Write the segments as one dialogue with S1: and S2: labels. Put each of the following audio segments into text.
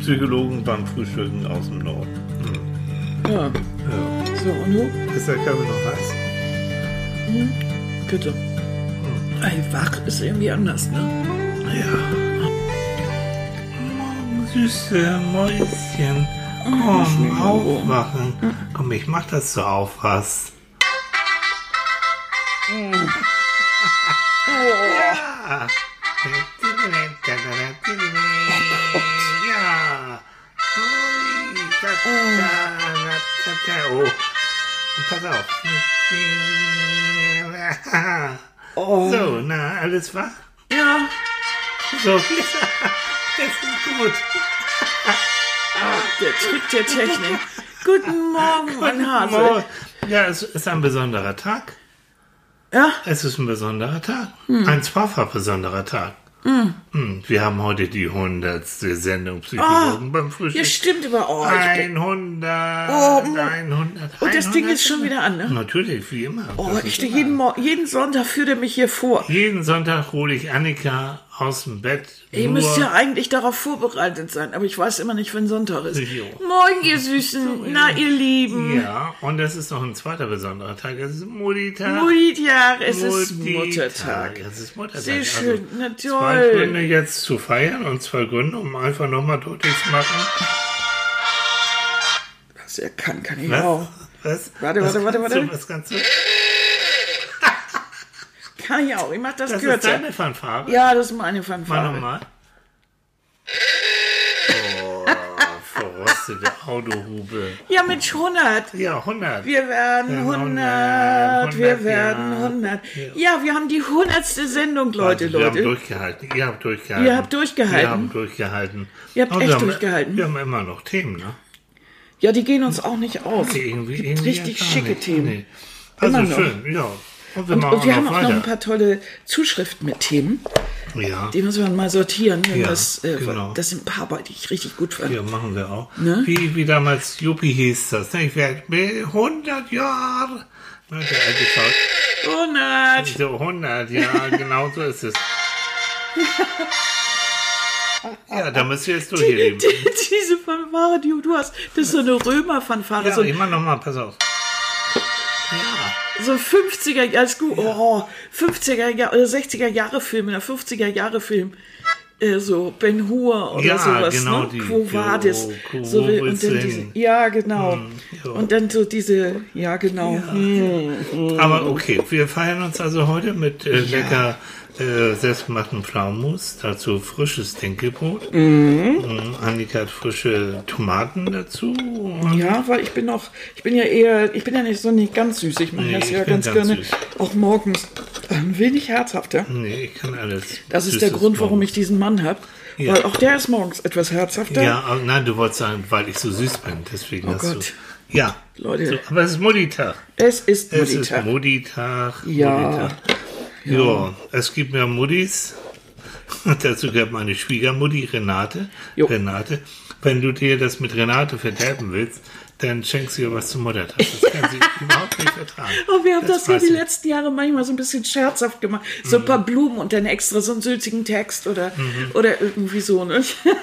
S1: Psychologen beim Frühstücken aus dem Norden.
S2: Ja. So, und du?
S1: Ist der Körper noch heiß?
S2: Bitte. Ey, wach ist irgendwie anders, ne?
S1: Ja. Süße Mäuschen, komm, aufwachen. Komm, ich mach, dass du aufwachst. Ja. Ja. Oh. Und pass auf. So, na, alles wach?
S2: Ja.
S1: So, das ist gut.
S2: Der Trick der Technik. Guten Morgen, mein Hase.
S1: Ja, es ist ein besonderer Tag.
S2: Ja?
S1: Es ist ein besonderer Tag. Ein zweifelhaft besonderer Tag. Wir haben heute die 100. Sendung Psychologen beim Frühstück.
S2: Ja, stimmt aber auch.
S1: 100.
S2: Oh,
S1: 100.
S2: Und das Ding ist schon wieder an, ne?
S1: Natürlich, wie immer.
S2: Oh, ich stehe jeden Sonntag führt er mich hier vor.
S1: Jeden Sonntag hole ich Annika aus dem Bett.
S2: Ihr müsst ja eigentlich darauf vorbereitet sein, aber ich weiß immer nicht, wann Sonntag ist.
S1: Jo.
S2: Moin, ihr Süßen. Na, ihr Lieben.
S1: Ja, und das ist noch ein zweiter besonderer Tag. Es ist Mutti-Tag.
S2: Mutti-Tag, es ist Muttertag.
S1: Es ist Muttertag.
S2: Sehr schön, na toll.
S1: 2 Gründe jetzt zu feiern und 2 Gründe, um einfach nochmal deutlich zu machen.
S2: Was er kann ich
S1: Was?
S2: auch.
S1: Was?
S2: Warte.
S1: Was kannst du?
S2: Kann ich auch, ich mach das
S1: Das
S2: kürzer.
S1: ist deine Fanfare?
S2: Ja, das ist meine
S1: Mal
S2: Fanfare.
S1: nochmal. Oh, verrostete Autohube.
S2: Ja, mit 100.
S1: Ja, 100.
S2: Wir werden 100. Wir werden 100. Ja, wir haben die 100. Sendung, Leute.
S1: Wir haben durchgehalten. Ihr habt durchgehalten.
S2: Ihr habt durchgehalten.
S1: Wir haben durchgehalten.
S2: Ihr habt
S1: Und
S2: echt
S1: wir haben-
S2: durchgehalten.
S1: Wir haben immer noch Themen, ne?
S2: Ja, die gehen uns auch nicht aus.
S1: Irgendwie
S2: Richtig
S1: gar
S2: schicke
S1: nicht.
S2: Themen.
S1: Nee. Also
S2: Immer noch.
S1: schön, ja. Und wir
S2: Und
S1: machen
S2: wir
S1: auch
S2: haben
S1: noch
S2: auch noch
S1: weiter.
S2: ein paar tolle Zuschriften mit Themen.
S1: Ja.
S2: Die müssen wir mal sortieren. Wenn
S1: Ja,
S2: das
S1: genau.
S2: das sind ein paar bei, die ich richtig gut fand.
S1: Ja, machen wir auch.
S2: Ne?
S1: Wie damals Juppie hieß das. Ne? Ich werde 100 Jahre. Ne, der alte Schaut.
S2: 100.
S1: So 100, ja, genau so ist es. Ja, da müsst ihr jetzt durch, ihr Lieben.
S2: Diese Fanfare, die du hast, das ist so eine Römer-Fanfare.
S1: Ja,
S2: So,
S1: ich mach nochmal, pass auf. Ja.
S2: so 50er, ja, ist gut. Oh, 50er Jahre oder 60er Jahre Film, oder 50er Jahre Film. So Ben Hur oder
S1: Ja,
S2: sowas,
S1: genau,
S2: ne?
S1: die-
S2: Quo Vadis.
S1: Quo
S2: So, und
S1: willst
S2: dann
S1: du
S2: diese,
S1: hin?
S2: ja, genau.
S1: ja.
S2: Und dann so diese, ja, genau.
S1: Aber okay, wir feiern uns also heute mit lecker selbstgemachten Pflaumenmus, dazu frisches Dinkelbrot. Annika hat frische Tomaten dazu. Und
S2: Ja, weil ich bin ja nicht so nicht ganz süß. Ich mache
S1: Nee,
S2: das
S1: ich
S2: ja
S1: bin
S2: ganz
S1: ganz
S2: gerne
S1: süß.
S2: auch morgens ein wenig herzhafter.
S1: Nee, ich kann alles.
S2: Das ist der
S1: Süßes
S2: Grund, warum
S1: morgens.
S2: ich diesen Mann habe.
S1: Ja.
S2: Weil auch der ist morgens etwas herzhafter.
S1: Ja, aber nein, du wolltest sagen, weil ich so süß bin. Deswegen hast
S2: Gott.
S1: du. Ja,
S2: Leute.
S1: So, aber es ist Mutti-Tag.
S2: Es ist
S1: Es ist
S2: Mutti-Tag.
S1: Mutti-Tag.
S2: Ja.
S1: Mutti-Tag. Ja, es gibt mehr Muttis. Dazu gehört meine Schwiegermutti Renate.
S2: Jo.
S1: Renate, wenn du dir das mit Renate verderben willst, dann schenkst du ihr was zum Muttertag. Das kann sie überhaupt nicht vertragen.
S2: Oh, wir haben das ja
S1: weiß
S2: die
S1: ich.
S2: letzten Jahre manchmal so ein bisschen scherzhaft gemacht. So ein paar Blumen und dann extra so einen sülzigen Text oder irgendwie so. Ne?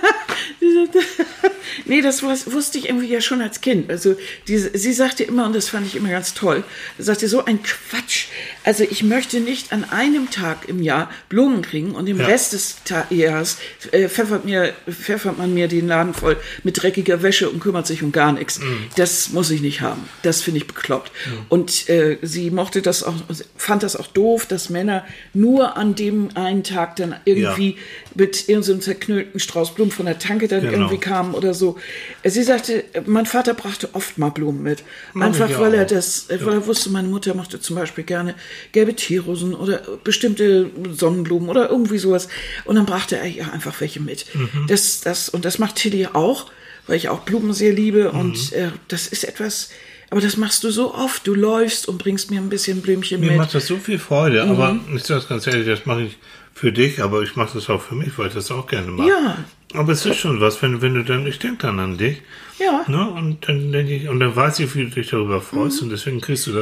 S2: Nee, das wusste ich irgendwie ja schon als Kind. Also sie sagte immer, und das fand ich immer ganz toll, sie sagte so ein Quatsch. Also ich möchte nicht an einem Tag im Jahr Blumen kriegen und im
S1: Ja.
S2: Rest des Jahres pfeffert man mir den Laden voll mit dreckiger Wäsche und kümmert sich um gar nichts. Das muss ich nicht haben. Das finde ich bekloppt. Und sie mochte das auch, fand das auch doof, dass Männer nur an dem einen Tag dann irgendwie mit irgendeinem zerknüllten Strauß Blumen von der Tanke dann
S1: Genau.
S2: irgendwie kamen oder so. Sie sagte, mein Vater brachte oft mal Blumen mit. Einfach
S1: ich
S2: weil er
S1: auch.
S2: weil er wusste, meine Mutter mochte zum Beispiel gerne gelbe Teerosen oder bestimmte Sonnenblumen oder irgendwie sowas. Und dann brachte er ja einfach welche mit. Und das macht Tilly auch, weil ich auch Blumen sehr liebe. Und das ist etwas, aber das machst du so oft. Du läufst und bringst mir ein bisschen Blümchen
S1: Mir
S2: mit.
S1: macht das so viel Freude, aber ich sage ganz ehrlich, das mache ich für dich, aber ich mache das auch für mich, weil ich das auch gerne mache.
S2: Ja.
S1: Aber es ist schon was, wenn du dann, ich denke dann an dich.
S2: Ja.
S1: Ne? Und dann denke ich, und dann weiß ich, wie du dich darüber freust und deswegen kriegst du das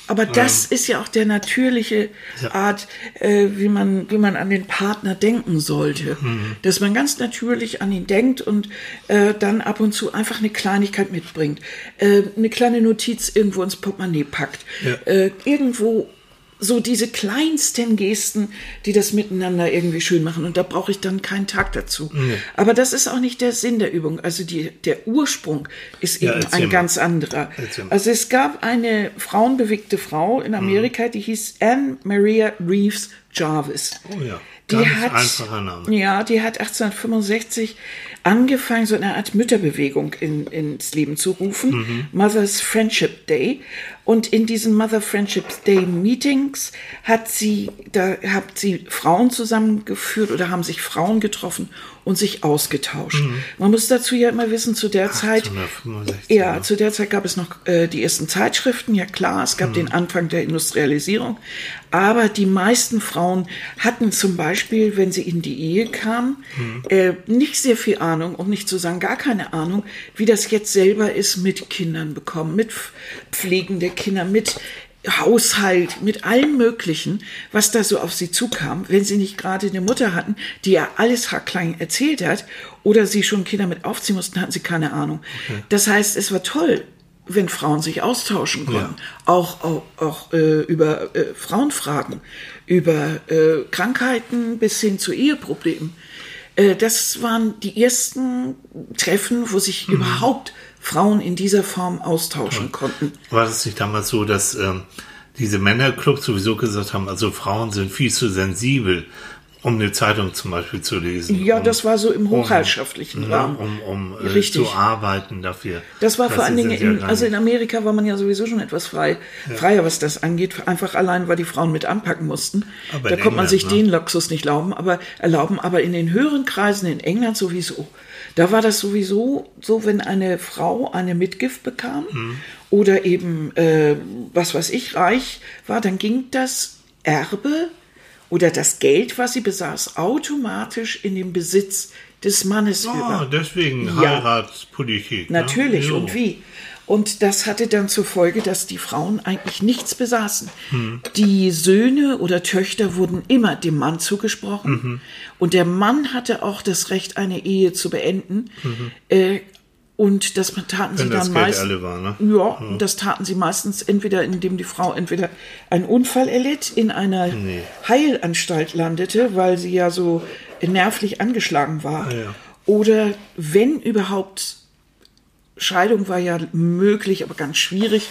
S2: Aber das ist ja auch der natürliche Art, wie man an den Partner denken sollte. Dass man ganz natürlich an ihn denkt und dann ab und zu einfach eine Kleinigkeit mitbringt. Eine kleine Notiz irgendwo ins Portemonnaie packt. Irgendwo so diese kleinsten Gesten, die das miteinander irgendwie schön machen. Und da brauche ich dann keinen Tag dazu. Aber das ist auch nicht der Sinn der Übung. Also der Ursprung ist eben ein ganz anderer. Also es gab eine frauenbewegte Frau in Amerika, die hieß Anne Maria Reeves Jarvis.
S1: Oh ja, einfacher Name.
S2: Ja, die hat 1865 angefangen, so eine Art Mütterbewegung ins Leben zu rufen. Mother's Friendship Day. Und in diesen Mother Friendship Day Meetings hat sie Frauen zusammengeführt oder haben sich Frauen getroffen und sich ausgetauscht. Man muss dazu ja immer wissen, zu der Zeit gab es noch die ersten Zeitschriften, ja klar, es gab den Anfang der Industrialisierung, aber die meisten Frauen hatten zum Beispiel, wenn sie in die Ehe kamen, nicht sehr viel Ahnung, um nicht zu sagen gar keine Ahnung, wie das jetzt selber ist mit Kindern bekommen, mit Pflegen der Kinder, mit Haushalt, mit allem Möglichen, was da so auf sie zukam, wenn sie nicht gerade eine Mutter hatten, die ja alles haarklein erzählt hat, oder sie schon Kinder mit aufziehen mussten, hatten sie keine Ahnung. Okay. Das heißt, es war toll, wenn Frauen sich austauschen konnten, auch über Frauenfragen, über Krankheiten bis hin zu Eheproblemen. Das waren die ersten Treffen, wo sich überhaupt Frauen in dieser Form austauschen konnten.
S1: War das nicht damals so, dass diese Männerclubs sowieso gesagt haben, also Frauen sind viel zu sensibel, um eine Zeitung zum Beispiel zu lesen?
S2: Ja, das war so im hochherrschaftlichen Rahmen.
S1: Um zu arbeiten dafür.
S2: Das war vor allen Dingen, in Amerika war man ja sowieso schon etwas freier, was das angeht. Einfach allein, weil die Frauen mit anpacken mussten. Aber da konnte man sich den Luxus nicht erlauben. Aber in den höheren Kreisen in England sowieso. Da war das sowieso so, wenn eine Frau eine Mitgift bekam oder eben, reich war, dann ging das Erbe oder das Geld, was sie besaß, automatisch in den Besitz des Mannes über.
S1: Deswegen Heiratspolitik.
S2: Natürlich, und wie? Und das hatte dann zur Folge, dass die Frauen eigentlich nichts besaßen. Die Söhne oder Töchter wurden immer dem Mann zugesprochen. Und der Mann hatte auch das Recht, eine Ehe zu beenden. Und das taten sie dann meistens. Und das taten sie meistens entweder, indem die Frau entweder einen Unfall erlitt, in einer Heilanstalt landete, weil sie ja so nervlich angeschlagen war. Oder wenn überhaupt, Scheidung war ja möglich, aber ganz schwierig.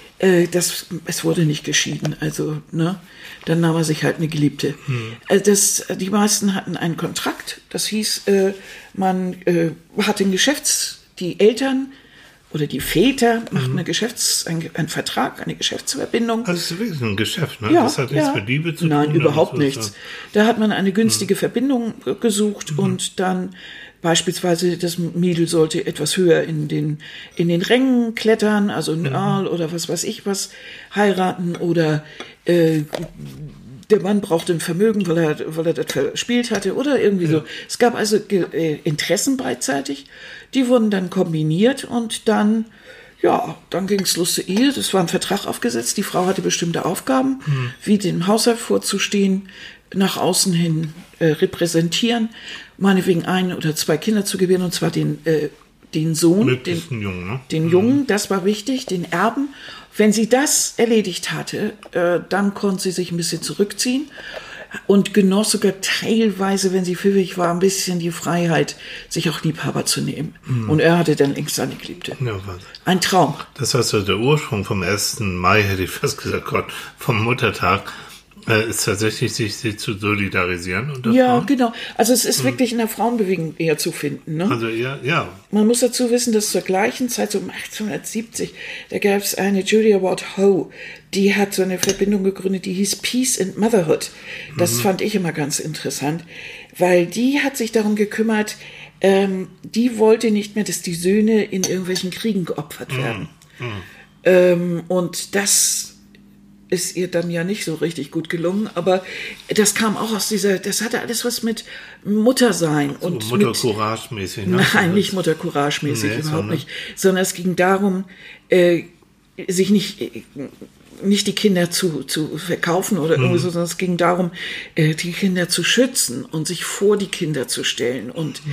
S2: Es wurde nicht geschieden, dann nahm er sich halt eine Geliebte. Die meisten hatten einen Kontrakt, das hieß, man hatte die Eltern oder die Väter machten einen Vertrag, eine Geschäftsverbindung.
S1: Also es ist wirklich ein Geschäft, ne?
S2: Ja,
S1: das hat nichts mit Liebe zu tun.
S2: Nein, überhaupt nichts. Da hat man eine günstige Verbindung gesucht und dann beispielsweise das Mädel sollte etwas höher in den Rängen klettern, also ein Earl oder was weiß ich was, heiraten oder der Mann brauchte ein Vermögen, weil er das verspielt hatte oder irgendwie so. Es gab also Interessen beidseitig, die wurden dann kombiniert und dann ging es los zur Ehe. Das war ein Vertrag aufgesetzt. Die Frau hatte bestimmte Aufgaben, wie dem Haushalt vorzustehen, nach außen hin repräsentieren, meinetwegen 1 oder 2 Kinder zu gebären, und zwar den Sohn, den Jungen, das war wichtig, den Erben. Wenn sie das erledigt hatte, dann konnte sie sich ein bisschen zurückziehen und genoss sogar teilweise, wenn sie pfiffig war, ein bisschen die Freiheit, sich auch Liebhaber zu nehmen. Und er hatte dann längst seine Geliebte. Ein Traum.
S1: Das heißt, der Ursprung vom 1. Mai, hätte ich fast gesagt, vom Muttertag, ist tatsächlich, sich zu solidarisieren.
S2: Genau. Also es ist wirklich in der Frauenbewegung eher zu finden. Ne?
S1: Also ja.
S2: Man muss dazu wissen, dass zur gleichen Zeit, so um 1870, da gab es eine Julia Ward Howe, die hat so eine Verbindung gegründet, die hieß Peace and Motherhood. Das fand ich immer ganz interessant, weil die hat sich darum gekümmert, die wollte nicht mehr, dass die Söhne in irgendwelchen Kriegen geopfert werden. Und das ist ihr dann ja nicht so richtig gut gelungen, aber das kam auch aus das hatte alles was mit Muttersein
S1: so
S2: und
S1: Mutter-Courage-mäßig. Ne?
S2: Nein, nicht Mutter-Courage-mäßig, überhaupt nicht, sondern es ging darum, sich nicht nicht die Kinder zu verkaufen oder irgendwie so, sondern es ging darum, die Kinder zu schützen und sich vor die Kinder zu stellen und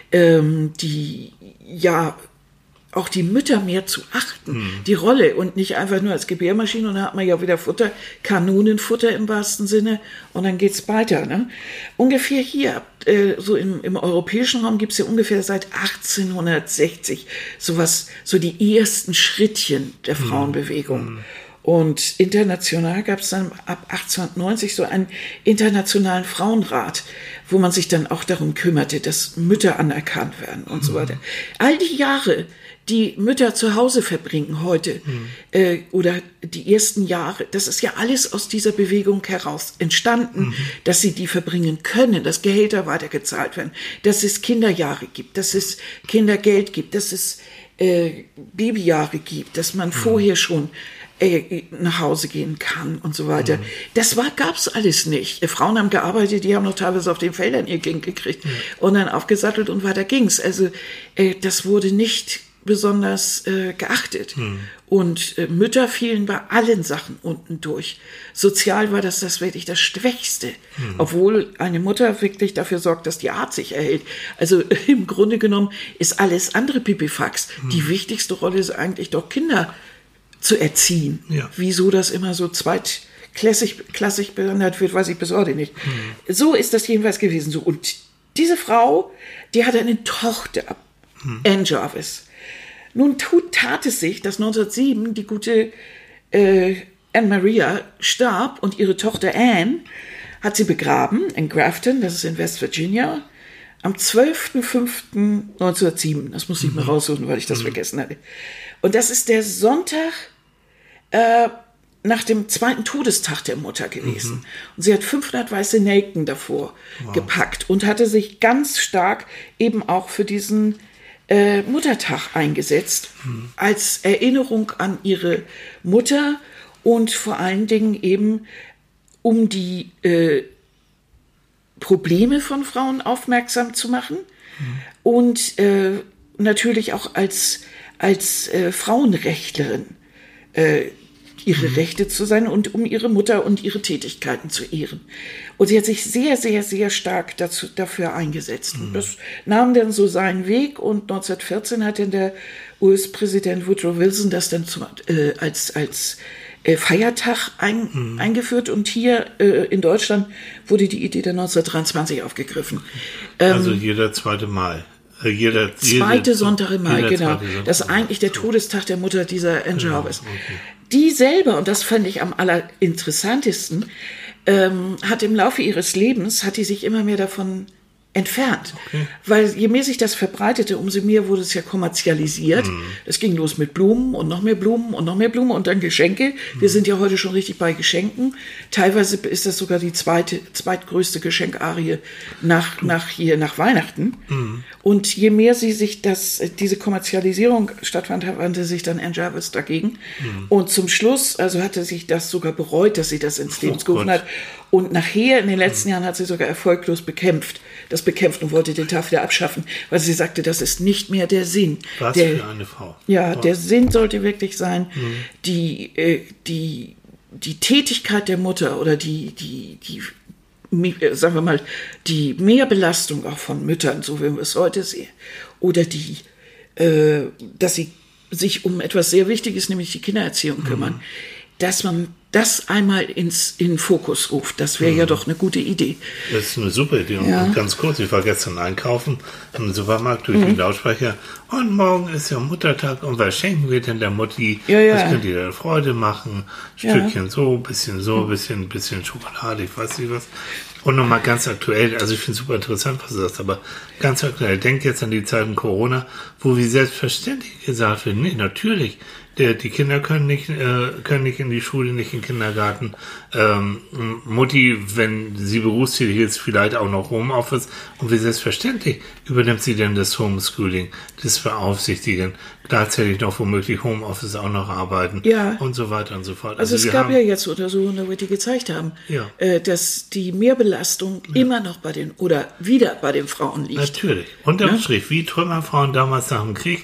S2: auch die Mütter mehr zu achten, die Rolle und nicht einfach nur als Gebärmaschine und dann hat man ja wieder Futter, Kanonenfutter im wahrsten Sinne und dann geht's weiter. Ne? Ungefähr hier, so im europäischen Raum gibt's ja ungefähr seit 1860 so die ersten Schrittchen der Frauenbewegung. Und international gab es dann ab 1890 so einen internationalen Frauenrat, wo man sich dann auch darum kümmerte, dass Mütter anerkannt werden und so weiter. All die Jahre, die Mütter zu Hause verbringen heute oder die ersten Jahre, das ist ja alles aus dieser Bewegung heraus entstanden, dass sie die verbringen können, dass Gehälter weitergezahlt werden, dass es Kinderjahre gibt, dass es Kindergeld gibt, dass es Babyjahre gibt, dass man vorher schon nach Hause gehen kann und so weiter. Das gab's alles nicht. Frauen haben gearbeitet, die haben noch teilweise auf den Feldern ihr Kind gekriegt und dann aufgesattelt und weiter ging's. Also das wurde nicht besonders geachtet. Und Mütter fielen bei allen Sachen unten durch. Sozial war das wirklich das Schwächste. Obwohl eine Mutter wirklich dafür sorgt, dass die Art sich erhält. Also im Grunde genommen ist alles andere Pipifax. Die wichtigste Rolle ist eigentlich doch Kinder zu erziehen. Ja. Wieso das immer so klassisch behandelt wird, weiß ich bis heute nicht. So ist das jedenfalls gewesen. So. Und diese Frau, die hatte eine Tochter, Anne Jarvis. Nun tat es sich, dass 1907 die gute Anne Maria starb und ihre Tochter Anne hat sie begraben in Grafton, das ist in West Virginia, am 12.05.1907. Das muss ich mal raussuchen, weil ich das vergessen hatte. Und das ist der Sonntag nach dem zweiten Todestag der Mutter gewesen. Und sie hat 500 weiße Nelken davor gepackt und hatte sich ganz stark eben auch für diesen Muttertag eingesetzt, als Erinnerung an ihre Mutter und vor allen Dingen eben um die Probleme von Frauen aufmerksam zu machen und natürlich auch als Frauenrechtlerin ihre Rechte zu sein und um ihre Mutter und ihre Tätigkeiten zu ehren. Und sie hat sich sehr, sehr, sehr stark dafür eingesetzt. Und das nahm dann so seinen Weg und 1914 hat dann der US-Präsident Woodrow Wilson das dann als Feiertag eingeführt und hier in Deutschland wurde die Idee dann 1923 aufgegriffen.
S1: Also jeder zweite Mal.
S2: Zweite Sonntag im Mai, genau. Das ist eigentlich der Todestag der Mutter dieser Anne Jarvis. Okay. Die selber, und das fand ich am allerinteressantesten, hat im Laufe ihres Lebens, hat die sich immer mehr davon entfernt. Okay. Weil je mehr sich das verbreitete, umso mehr wurde es ja kommerzialisiert. Es ging los mit Blumen und noch mehr Blumen und noch mehr Blumen und dann Geschenke. Wir sind ja heute schon richtig bei Geschenken. Teilweise ist das sogar die zweitgrößte Geschenkarie nach Weihnachten. Und je mehr diese Kommerzialisierung stattfand, wandte sich dann Anne Jarvis dagegen. Und zum Schluss, also hatte sich das sogar bereut, dass sie das ins Leben gerufen hat. Und nachher, in den letzten Jahren, hat sie sogar erfolglos bekämpft und wollte den Tag wieder abschaffen, weil sie sagte, das ist nicht mehr der Sinn.
S1: Was für eine Frau.
S2: Ja, der Sinn sollte wirklich sein, die Tätigkeit der Mutter oder sagen wir mal, die Mehrbelastung auch von Müttern, so wie wir es heute sehen, oder dass sie sich um etwas sehr Wichtiges, nämlich die Kindererziehung kümmern, dass man das einmal in den Fokus ruft. Das wäre ja doch eine gute Idee.
S1: Das ist eine super Idee. Und ganz kurz, ich war gestern einkaufen im Supermarkt durch die Lautsprecher und morgen ist ja Muttertag und was schenken wir denn der Mutti? Was könnt ihr der Freude machen? Stückchen bisschen Schokolade, ich weiß nicht was. Und nochmal ganz aktuell, also ich finde es super interessant, was du sagst, aber ganz aktuell, denk jetzt an die Zeiten Corona, wo wie selbstverständlich gesagt wird, nee, natürlich, die Kinder können nicht in die Schule, nicht in den Kindergarten. Mutti, wenn sie berufstätig ist, vielleicht auch noch Homeoffice. Und wie selbstverständlich übernimmt sie denn das Homeschooling, das Beaufsichtigen, gleichzeitig noch womöglich Homeoffice auch noch arbeiten und so weiter und so fort.
S2: Also es gab ja jetzt Untersuchungen, die gezeigt haben, dass die Mehrbelastung immer noch wieder bei den Frauen liegt.
S1: Natürlich. Unterm Strich, wie Trümmerfrauen damals nach dem Krieg.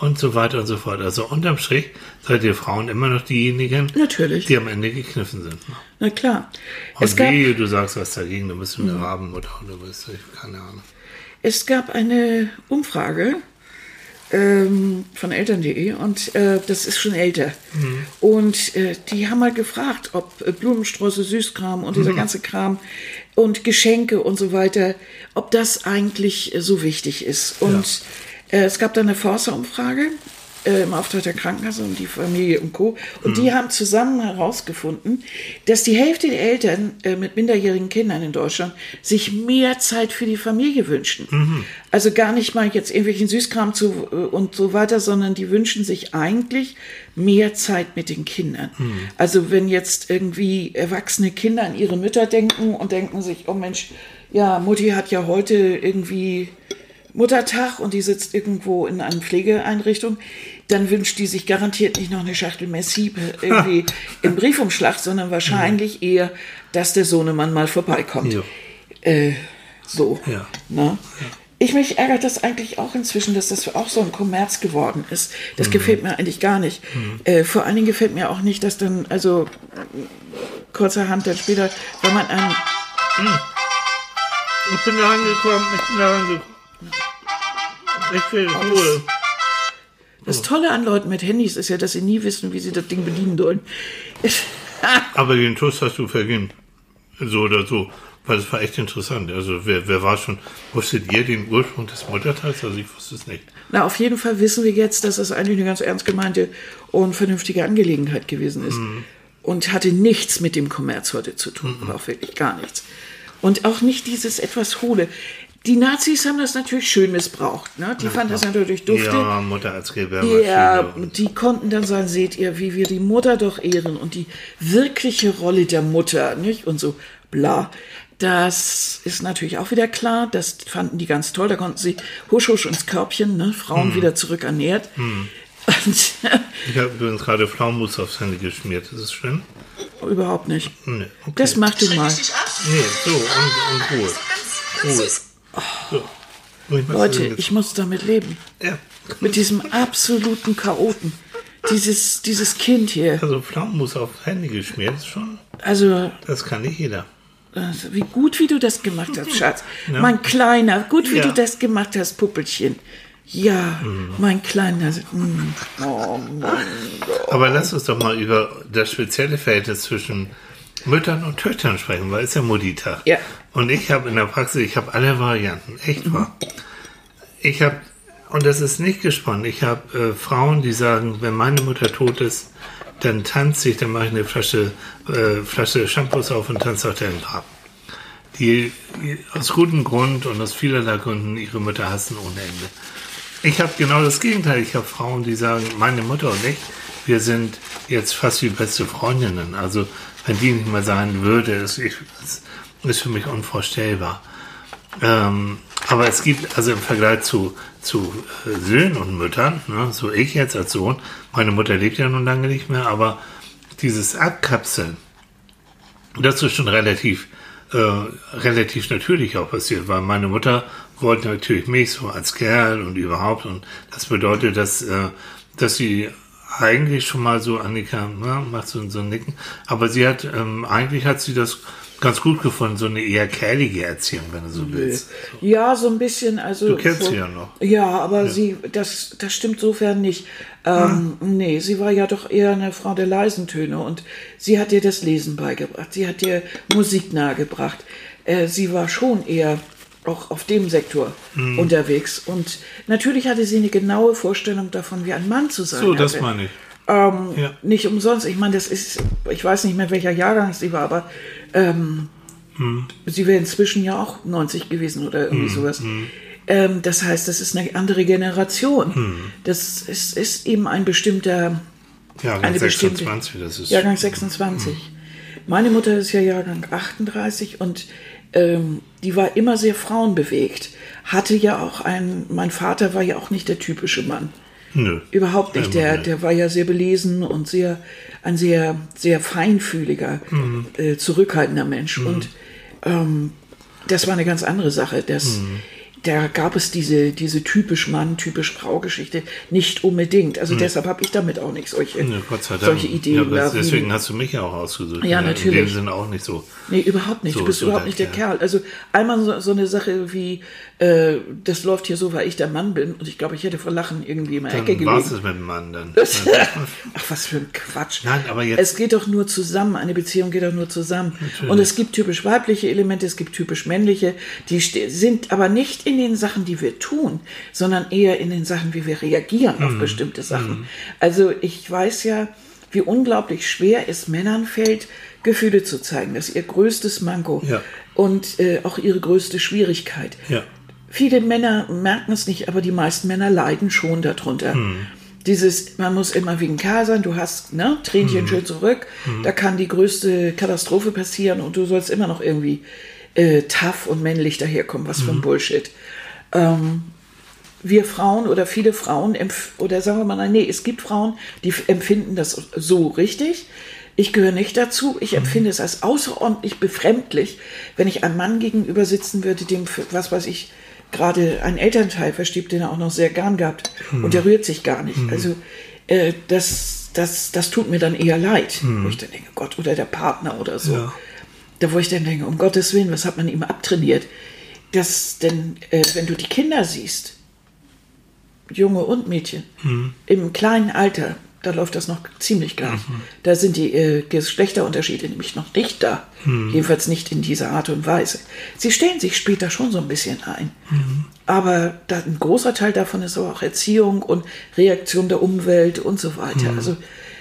S1: und so weiter und so fort. Also unterm Strich seid ihr Frauen immer noch diejenigen,
S2: Natürlich.
S1: die am Ende gekniffen sind. Ne?
S2: Na klar.
S1: Und wehe, du sagst was dagegen, dann bist du eine Rabenmutter oder bist du, keine Ahnung.
S2: Es gab eine Umfrage von Eltern.de und das ist schon älter. Und die haben mal gefragt, ob Blumensträuße, Süßkram und dieser ganze Kram und Geschenke und so weiter, ob das eigentlich so wichtig ist. Und es gab dann eine Forsa-Umfrage im Auftrag der Krankenkasse und die Familie und Co. Und die haben zusammen herausgefunden, dass die Hälfte der Eltern mit minderjährigen Kindern in Deutschland sich mehr Zeit für die Familie wünschen. Also gar nicht mal jetzt irgendwelchen Süßkram und so weiter, sondern die wünschen sich eigentlich mehr Zeit mit den Kindern. Also wenn jetzt irgendwie erwachsene Kinder an ihre Mütter denken und denken sich, oh Mensch, ja, Mutti hat ja heute irgendwie Muttertag und die sitzt irgendwo in einer Pflegeeinrichtung, dann wünscht die sich garantiert nicht noch eine Schachtel Merci irgendwie im Briefumschlag, sondern wahrscheinlich eher, dass der Sohnemann mal vorbeikommt. So. Ja. Na? Ja. Mich ärgert das eigentlich auch inzwischen, dass das auch so ein Kommerz geworden ist. Das gefällt mir eigentlich gar nicht. Vor allen Dingen gefällt mir auch nicht, dass dann, also kurzerhand dann später, wenn man einen...
S1: Ich bin da angekommen. Ich will Ruhe.
S2: Das Tolle an Leuten mit Handys ist ja, dass sie nie wissen, wie sie das Ding bedienen sollen.
S1: Aber den Toast hast du vergeben. So oder so. Weil das war echt interessant. Also wer war schon, wusstet ihr den Ursprung des Muttertags? Also ich wusste es nicht.
S2: Na, auf jeden Fall wissen wir jetzt, dass es eigentlich eine ganz ernst gemeinte und vernünftige Angelegenheit gewesen ist. Und hatte nichts mit dem Kommerz heute zu tun. Aber auch wirklich gar nichts. Und auch nicht dieses etwas Hohle. Die Nazis haben das natürlich schön missbraucht. Ne? Die fanden das natürlich dufte.
S1: Ja, Mutter als Gebärmaschine.
S2: Ja, die konnten dann sagen, seht ihr, wie wir die Mutter doch ehren und die wirkliche Rolle der Mutter, nicht? Und so, bla. Das ist natürlich auch wieder klar. Das fanden die ganz toll. Da konnten sie husch husch ins Körbchen, ne? Frauen wieder zurück ernährt. Und
S1: ich habe übrigens gerade Pflaumenmus aufs Handy geschmiert. Ist das schlimm?
S2: Überhaupt nicht.
S1: Nee, okay.
S2: Das mach du mal.
S1: Nee, so, und Ruhe. Ruhe. So.
S2: Leute, ich muss damit leben.
S1: Ja.
S2: Mit diesem absoluten Chaoten. Dieses Kind hier.
S1: Also Pflaumenmus aufs Handy geschmiert ist schon.
S2: Also.
S1: Das kann nicht jeder.
S2: Also, wie gut, wie du das gemacht hast, Schatz. Ja. Mein Kleiner, gut, wie du das gemacht hast, Puppelchen. Ja, mein Kleiner. Oh Mann.
S1: Aber lass uns doch mal über das spezielle Verhältnis zwischen Müttern und Töchtern sprechen, weil es ist ja Mutti-Tag.
S2: Ja.
S1: Und ich habe in der Praxis, alle Varianten, echt wahr. Und das ist nicht gesponnen, ich habe Frauen, die sagen, wenn meine Mutter tot ist, dann tanze ich, dann mache ich eine Flasche Shampoos auf und tanze auf deren Grab. Die aus gutem Grund und aus vielerlei Gründen ihre Mütter hassen ohne Ende. Ich habe genau das Gegenteil. Ich habe Frauen, die sagen, meine Mutter und ich, wir sind jetzt fast wie beste Freundinnen. Also wenn die nicht mehr sein würde, ist für mich unvorstellbar. Aber es gibt, also im Vergleich zu Söhnen und Müttern, ne, so ich jetzt als Sohn, meine Mutter lebt ja nun lange nicht mehr, aber dieses Abkapseln, das ist schon relativ natürlich auch passiert, weil meine Mutter wollte natürlich mich so als Kerl und überhaupt, und das bedeutet, dass sie eigentlich schon mal so, Annika, macht so ein Nicken, aber sie hat, eigentlich hat sie das ganz gut gefunden, so eine eher kerlige Erziehung, wenn du so willst. So.
S2: Ja, so ein bisschen, also.
S1: Du kennst sie ja noch.
S2: Ja, aber das stimmt sofern nicht. Nee, sie war ja doch eher eine Frau der leisen Töne und sie hat dir das Lesen beigebracht, sie hat dir Musik nahegebracht. Sie war schon eher auch auf dem Sektor unterwegs und natürlich hatte sie eine genaue Vorstellung davon, wie ein Mann zu sein
S1: So, das meine ich.
S2: Nicht umsonst, ich meine, ich weiß nicht mehr, welcher Jahrgang sie war, aber sie wäre inzwischen ja auch 90 gewesen oder irgendwie sowas. Das heißt, das ist eine andere Generation. Das ist eben ein bestimmter...
S1: Jahrgang 26, das ist...
S2: Jahrgang 26. Meine Mutter ist ja Jahrgang 38 und die war immer sehr frauenbewegt. Hatte ja auch mein Vater war ja auch nicht der typische Mann.
S1: Nö.
S2: Überhaupt nicht. Der war ja sehr belesen und ein sehr, sehr feinfühliger, zurückhaltender Mensch. Und das war eine ganz andere Sache. da gab es diese typisch Mann, typisch Frau-Geschichte nicht unbedingt. Also deshalb habe ich damit auch nicht solche Ideen.
S1: Ja, deswegen hast du mich ja auch ausgesucht.
S2: Ja, natürlich.
S1: In dem Sinne auch nicht so.
S2: Nee, überhaupt nicht. Du bist überhaupt nicht der Kerl. Also einmal so eine Sache wie, das läuft hier so, weil ich der Mann bin. Und ich glaube, ich hätte vor Lachen irgendwie in der Ecke gelegen.
S1: Was ist mit dem Mann dann?
S2: Ach, was für ein Quatsch.
S1: Nein, aber jetzt...
S2: Es geht doch nur zusammen. Eine Beziehung geht doch nur zusammen. Natürlich. Und es gibt typisch weibliche Elemente, es gibt typisch männliche. Die sind aber nicht in den Sachen, die wir tun, sondern eher in den Sachen, wie wir reagieren auf bestimmte Sachen. Also ich weiß ja, wie unglaublich schwer es Männern fällt, Gefühle zu zeigen. Das ist ihr größtes Manko und auch ihre größte Schwierigkeit. Ja. Viele Männer merken es nicht, aber die meisten Männer leiden schon darunter. Man muss immer wie ein Kerl sein, du hast Tränchen schön zurück, da kann die größte Katastrophe passieren und du sollst immer noch irgendwie tough und männlich daherkommen. Was für ein Bullshit. Wir Frauen oder viele Frauen, oder sagen wir mal, nee, es gibt Frauen, die empfinden das so richtig. Ich gehöre nicht dazu. Ich empfinde es als außerordentlich befremdlich, wenn ich einem Mann gegenüber sitzen würde, dem, was weiß ich, gerade einen Elternteil verstiebt, den er auch noch sehr gern gehabt. Und der rührt sich gar nicht. Also das tut mir dann eher leid. Wo ich dann denke, Gott, oder der Partner oder so. Ja. Da wo ich dann denke, um Gottes Willen, was hat man ihm abtrainiert? Denn wenn du die Kinder siehst, Junge und Mädchen, im kleinen Alter, da läuft das noch ziemlich gleich. Da sind die Geschlechterunterschiede nämlich noch nicht da. Jedenfalls nicht in dieser Art und Weise. Sie stellen sich später schon so ein bisschen ein. Aber ein großer Teil davon ist aber auch Erziehung und Reaktion der Umwelt und so weiter. Also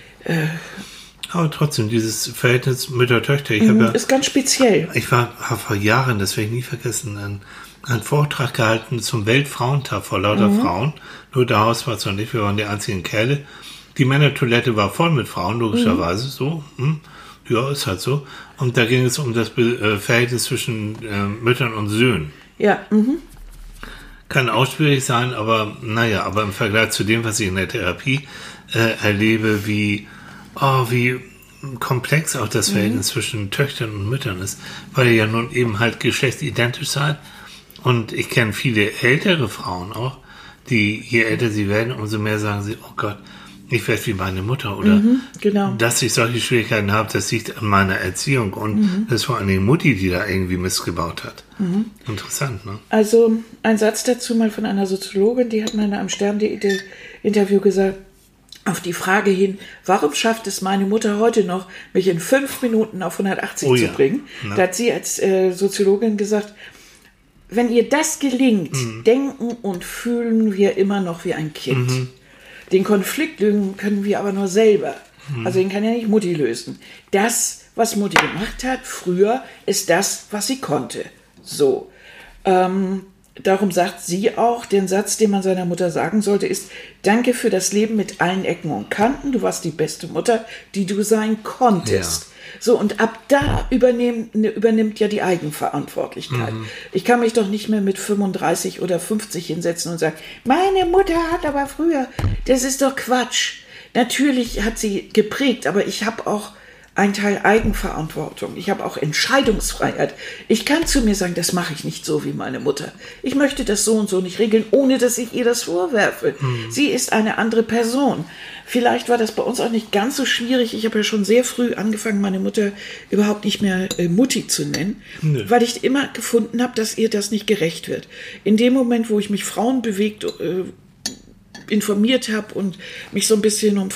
S1: aber trotzdem, dieses Verhältnis Mütter-Töchter,
S2: ist ganz speziell.
S1: Ich habe vor Jahren, das werde ich nie vergessen, einen Vortrag gehalten zum Weltfrauentag vor lauter Frauen. Nur der Hausarzt und ich, wir waren die einzigen Kerle. Die Männertoilette war voll mit Frauen, logischerweise so. Ja, ist halt so. Und da ging es um das Verhältnis zwischen Müttern und Söhnen.
S2: Ja,
S1: Kann auch schwierig sein, aber aber im Vergleich zu dem, was ich in der Therapie erlebe, wie komplex auch das Verhältnis zwischen Töchtern und Müttern ist, weil ihr ja nun eben halt geschlechtsidentisch seid. Und ich kenne viele ältere Frauen auch, die, je älter sie werden, umso mehr sagen sie, oh Gott, ich werde wie meine Mutter. Oder dass ich solche Schwierigkeiten habe, das liegt an meiner Erziehung. Und das ist vor allem die Mutti, die da irgendwie missgebaut hat. Interessant, ne?
S2: Also ein Satz dazu mal von einer Soziologin, die hat mal in einem Stern.de-Interview gesagt, auf die Frage hin, warum schafft es meine Mutter heute noch, mich in 5 Minuten auf 180 zu bringen? Ja. Da hat sie als Soziologin gesagt, wenn ihr das gelingt, denken und fühlen wir immer noch wie ein Kind. Den Konflikt lösen können wir aber nur selber. Also den kann ja nicht Mutti lösen. Das, was Mutti gemacht hat früher, ist das, was sie konnte. So. Darum sagt sie auch, den Satz, den man seiner Mutter sagen sollte, ist: Danke für das Leben mit allen Ecken und Kanten. Du warst die beste Mutter, die du sein konntest. Ja. So, und ab da übernimmt ja die Eigenverantwortlichkeit. Ich kann mich doch nicht mehr mit 35 oder 50 hinsetzen und sagen, meine Mutter hat aber früher, das ist doch Quatsch. Natürlich hat sie geprägt, aber ich habe auch ein Teil Eigenverantwortung. Ich habe auch Entscheidungsfreiheit. Ich kann zu mir sagen, das mache ich nicht so wie meine Mutter. Ich möchte das so und so nicht regeln, ohne dass ich ihr das vorwerfe. Sie ist eine andere Person. Vielleicht war das bei uns auch nicht ganz so schwierig. Ich habe ja schon sehr früh angefangen, meine Mutter überhaupt nicht mehr Mutti zu nennen, weil ich immer gefunden habe, dass ihr das nicht gerecht wird. In dem Moment, wo ich mich frauenbewegt informiert habe und mich so ein bisschen um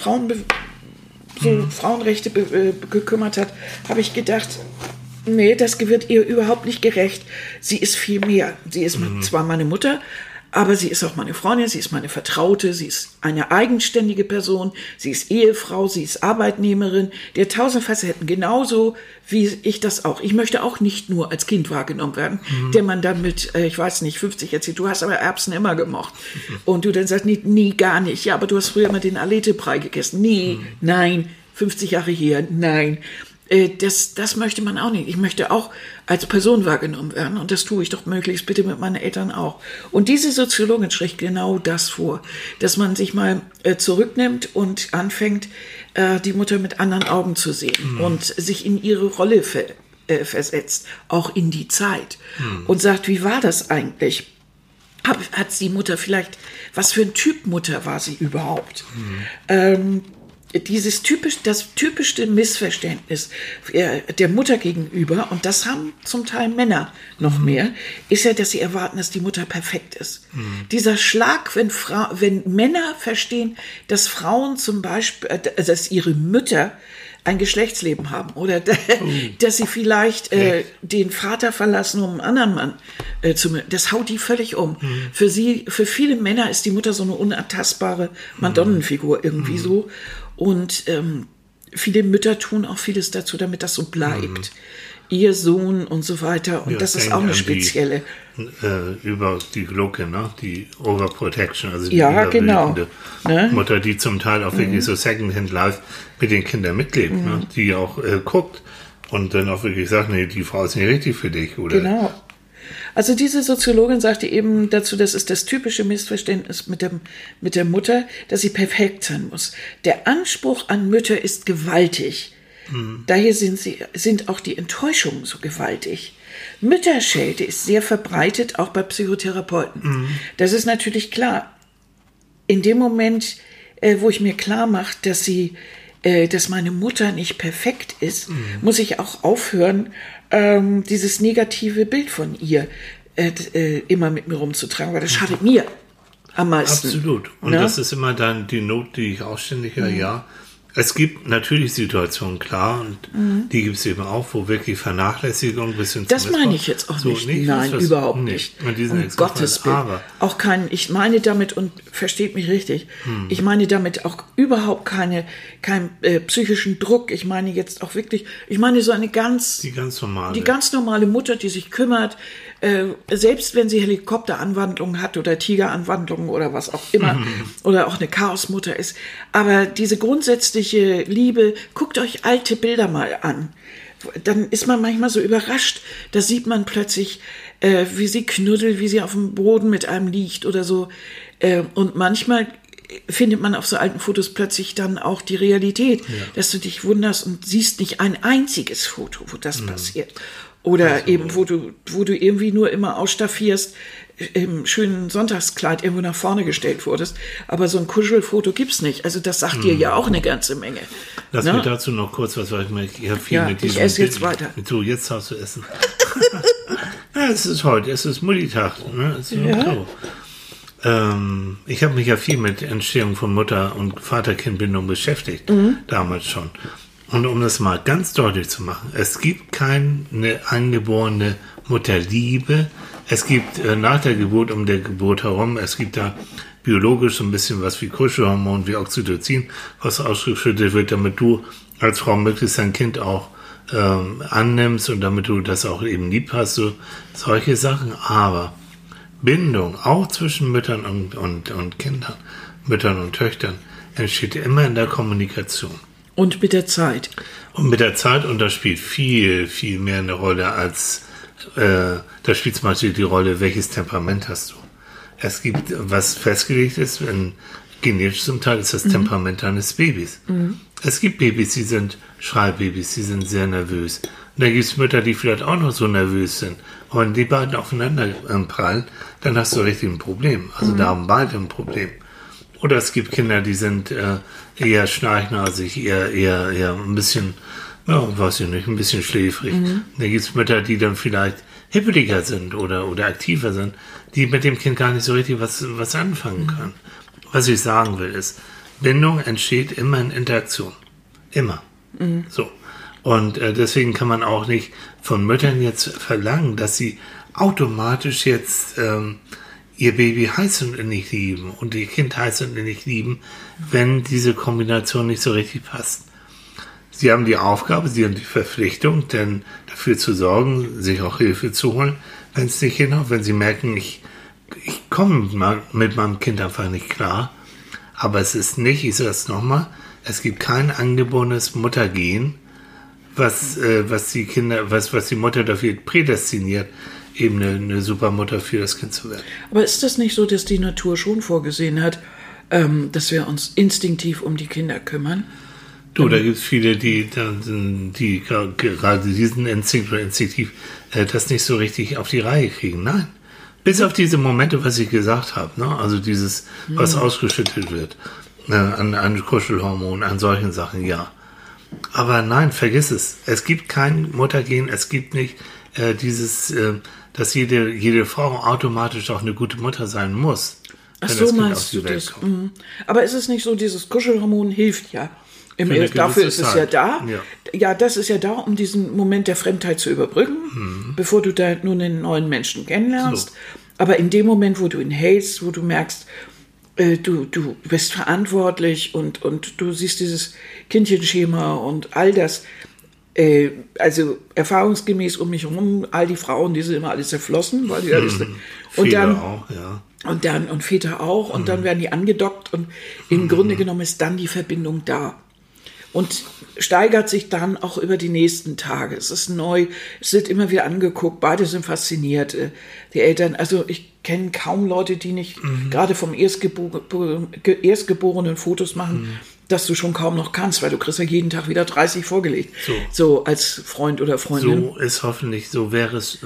S2: Frauenrechte gekümmert hat, habe ich gedacht, nee, das wird ihr überhaupt nicht gerecht. Sie ist viel mehr. Sie ist zwar meine Mutter, aber sie ist auch meine Freundin, sie ist meine Vertraute, sie ist eine eigenständige Person, sie ist Ehefrau, sie ist Arbeitnehmerin, der 1000 Facetten, genauso wie ich das auch. Ich möchte auch nicht nur als Kind wahrgenommen werden, der man dann mit, ich weiß nicht, 50 erzählt, du hast aber Erbsen immer gemocht. Und du dann sagst, nee, gar nicht. Ja, aber du hast früher mal den Alete-Brei gegessen. Nee, nein, 50 Jahre her, nein. Das möchte man auch nicht. Ich möchte auch als Person wahrgenommen werden und das tue ich doch möglichst bitte mit meinen Eltern auch. Und diese Soziologin schlägt genau das vor, dass man sich mal zurücknimmt und anfängt, die Mutter mit anderen Augen zu sehen und sich in ihre Rolle versetzt, auch in die Zeit und sagt, wie war das eigentlich? hat die Mutter vielleicht, was für ein Typ Mutter war sie überhaupt? Das typischste Missverständnis der Mutter gegenüber, und das haben zum Teil Männer noch mehr, ist ja, dass sie erwarten, dass die Mutter perfekt ist. Dieser Schlag, wenn Männer verstehen, dass Frauen zum Beispiel, dass ihre Mütter ein Geschlechtsleben haben oder dass sie vielleicht den Vater verlassen, um einen anderen Mann das haut die völlig um. Für viele Männer ist die Mutter so eine unantastbare Madonnenfigur irgendwie so. Und viele Mütter tun auch vieles dazu, damit das so bleibt. Ihr Sohn und so weiter. Und ja, das ist auch eine spezielle.
S1: Über die Glocke, ne? Die Overprotection, also die
S2: überbildende
S1: Mutter, die zum Teil auch wirklich so Secondhand Life mit den Kindern mitlebt, ne? Die auch guckt und dann auch wirklich sagt, nee, die Frau ist nicht richtig für dich. Oder?
S2: Genau. Also diese Soziologin sagte eben dazu, das ist das typische Missverständnis mit der Mutter, dass sie perfekt sein muss. Der Anspruch an Mütter ist gewaltig. Daher sind auch die Enttäuschungen so gewaltig. Mütterschelte ist sehr verbreitet, auch bei Psychotherapeuten. Das ist natürlich klar. In dem Moment, wo ich mir klar mache, dass meine Mutter nicht perfekt ist, muss ich auch aufhören, dieses negative Bild von ihr immer mit mir rumzutragen, weil das schadet mir am meisten.
S1: Absolut. Und das ist immer dann die Not, die ich auch ständig höre, ja. Es gibt natürlich Situationen, klar, und die gibt es eben auch, wo wirklich Vernachlässigung bis hin zum
S2: Das meine ich jetzt auch nicht. Nein, überhaupt nicht. Um Gottes Willen. Auch ich meine damit, und versteht mich richtig, ich meine damit auch überhaupt keinen psychischen Druck. Ich meine jetzt auch wirklich, so eine die ganz normale Mutter, die sich kümmert, selbst wenn sie Helikopteranwandlungen hat oder Tigeranwandlungen oder was auch immer, oder auch eine Chaosmutter ist. Aber diese grundsätzliche Liebe, guckt euch alte Bilder mal an. Dann ist man manchmal so überrascht, da sieht man plötzlich, wie sie knuddelt, wie sie auf dem Boden mit einem liegt oder so. Und manchmal findet man auf so alten Fotos plötzlich dann auch die Realität, dass du dich wunderst und siehst nicht ein einziges Foto, wo das passiert. Oder eben, wo du irgendwie nur immer ausstaffierst, im schönen Sonntagskleid irgendwo nach vorne gestellt wurdest. Aber so ein Kuschelfoto gibt's nicht. Also das sagt dir ja auch eine ganze Menge.
S1: Lass mir dazu noch kurz was, weil ich habe viel mit diesem...
S2: ich esse jetzt weiter.
S1: So, jetzt darfst du essen. Es ist Muttitag. Ne? So. Ich habe mich ja viel mit Entstehung von Mutter- und Vater-Kind-Bindung beschäftigt, damals schon. Und um das mal ganz deutlich zu machen, es gibt keine angeborene Mutterliebe. Es gibt nach der Geburt, um der Geburt herum, es gibt da biologisch so ein bisschen was wie Kuschelhormon, wie Oxytocin, was ausgeschüttet wird, damit du als Frau möglichst dein Kind auch annimmst und damit du das auch eben lieb hast, so solche Sachen. Aber Bindung, auch zwischen Müttern und Kindern, Müttern und Töchtern, entsteht immer in der Kommunikation.
S2: Und mit der Zeit.
S1: Und das spielt viel, viel mehr eine Rolle als, da spielt zum Beispiel die Rolle, welches Temperament hast du. Es gibt, was festgelegt ist, genetisch zum Teil ist das Temperament eines Babys. Es gibt Babys, die sind Schreibabys, die sind sehr nervös. Und da gibt es Mütter, die vielleicht auch noch so nervös sind. Und wenn die beiden aufeinander prallen, dann hast du richtig ein Problem. Also da haben beide ein Problem. Oder es gibt Kinder, die sind eher schnarchnasig, eher ein bisschen, weiß ich nicht, ein bisschen schläfrig. Da gibt es Mütter, die dann vielleicht hippeliger sind oder aktiver sind, die mit dem Kind gar nicht so richtig was anfangen können. Was ich sagen will ist, Bindung entsteht immer in Interaktion. Immer. So. Und deswegen kann man auch nicht von Müttern jetzt verlangen, dass sie automatisch jetzt ihr Baby heiß und innig lieben und ihr Kind heiß und innig lieben, wenn diese Kombination nicht so richtig passt. Sie haben die Aufgabe, sie haben die Verpflichtung, denn dafür zu sorgen, sich auch Hilfe zu holen, wenn es nicht hinhaut, wenn sie merken, ich komme mit meinem Kind einfach nicht klar. Aber es ist nicht, ich sage es nochmal, es gibt kein angeborenes Muttergen, was die Mutter dafür prädestiniert, eben eine super Mutter für das Kind zu werden.
S2: Aber ist das nicht so, dass die Natur schon vorgesehen hat, dass wir uns instinktiv um die Kinder kümmern?
S1: Da gibt es viele, die gerade diesen Instinkt oder instinktiv das nicht so richtig auf die Reihe kriegen. Nein, Bis auf diese Momente, was ich gesagt habe, ne? Also dieses, was ausgeschüttet wird, an Kuschelhormonen, an solchen Sachen, ja. Aber nein, vergiss es. Es gibt kein Muttergen, es gibt nicht dass jede Frau automatisch auch eine gute Mutter sein muss.
S2: Ach so, meinst du das? Aber ist es nicht so, dieses Kuschelhormon hilft ja. Dafür ist es ja da. Ja, das ist ja da, um diesen Moment der Fremdheit zu überbrücken, bevor du da nun einen neuen Menschen kennenlernst. So. Aber in dem Moment, wo du ihn hältst, wo du merkst, du bist verantwortlich und du siehst dieses Kindchenschema und all das, also erfahrungsgemäß um mich herum, all die Frauen, die sind immer alle zerflossen, weil die und dann
S1: auch, ja.
S2: Und Väter auch, und dann werden die angedockt und im Grunde genommen ist dann die Verbindung da. Und steigert sich dann auch über die nächsten Tage. Es ist neu, es wird immer wieder angeguckt, beide sind fasziniert, die Eltern. Also ich kenne kaum Leute, die nicht gerade vom Erstgeborenen Fotos machen, dass du schon kaum noch kannst, weil du kriegst ja jeden Tag wieder 30 vorgelegt. So als Freund oder Freundin.
S1: So ist hoffentlich, so wäre es.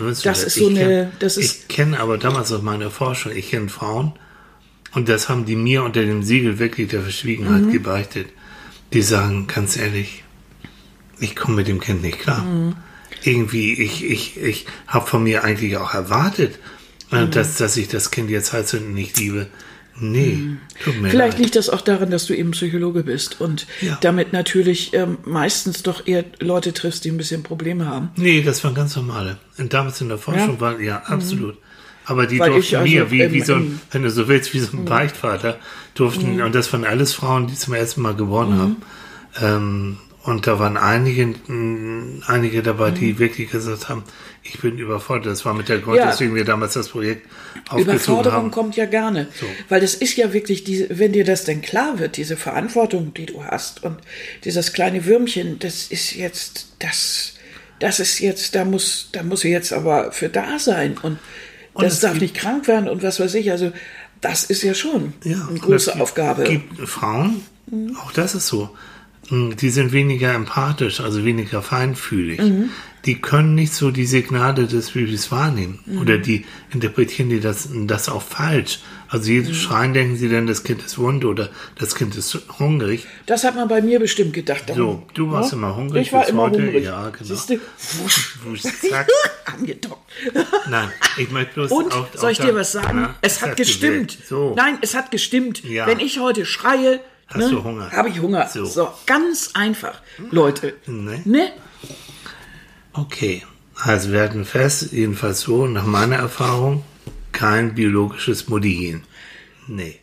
S2: Ich
S1: kenne aber damals aus meiner Forschung, ich kenne Frauen, und das haben die mir unter dem Siegel wirklich der Verschwiegenheit gebeichtet. Die sagen, ganz ehrlich, ich komme mit dem Kind nicht klar. Irgendwie, ich habe von mir eigentlich auch erwartet, dass ich das Kind jetzt halt so nicht liebe. Nee, tut mir
S2: Vielleicht
S1: leid.
S2: liegt das auch daran, dass du eben Psychologe bist und damit natürlich meistens doch eher Leute triffst, die ein bisschen Probleme haben.
S1: Nee, das waren ganz normale. Und damals in der Forschung war, absolut. Aber die durften mir, wie so ein, wenn du so willst, wie so ein Beichtvater, durften, und das waren alles Frauen, die zum ersten Mal geboren haben. Und da waren einige dabei, die wirklich gesagt haben, ich bin überfordert. Das war mit der Grund, weswegen wir damals das Projekt aufgezogen haben.
S2: Überforderung kommt ja gerne. So. Weil das ist ja wirklich, wenn dir das denn klar wird, diese Verantwortung, die du hast und dieses kleine Würmchen, das ist jetzt, da muss sie jetzt aber für da sein und das darf nicht krank werden und was weiß ich. Also das ist ja schon eine große Aufgabe.
S1: Es gibt Frauen, auch das ist so, die sind weniger empathisch, also weniger feinfühlig. Die können nicht so die Signale des Babys wahrnehmen. Oder die interpretieren das auch falsch. Also jedes Schreien denken sie dann, das Kind ist wund oder das Kind ist hungrig.
S2: Das hat man bei mir bestimmt gedacht.
S1: So, du warst immer hungrig.
S2: Ich war immer hungrig.
S1: Ja, genau.
S2: Siehst du?
S1: Wusch, zack.
S2: Angedockt.
S1: Nein, ich möchte bloß...
S2: Und, soll ich dir was sagen? Es hat gestimmt.
S1: So.
S2: Nein, es hat gestimmt.
S1: Ja.
S2: Wenn ich heute schreie,
S1: hast du Hunger?
S2: Habe ich Hunger. So, ganz einfach, Leute.
S1: Ne? Okay, also wir hatten fest, jedenfalls so, nach meiner Erfahrung, kein biologisches Muttergen. Nee.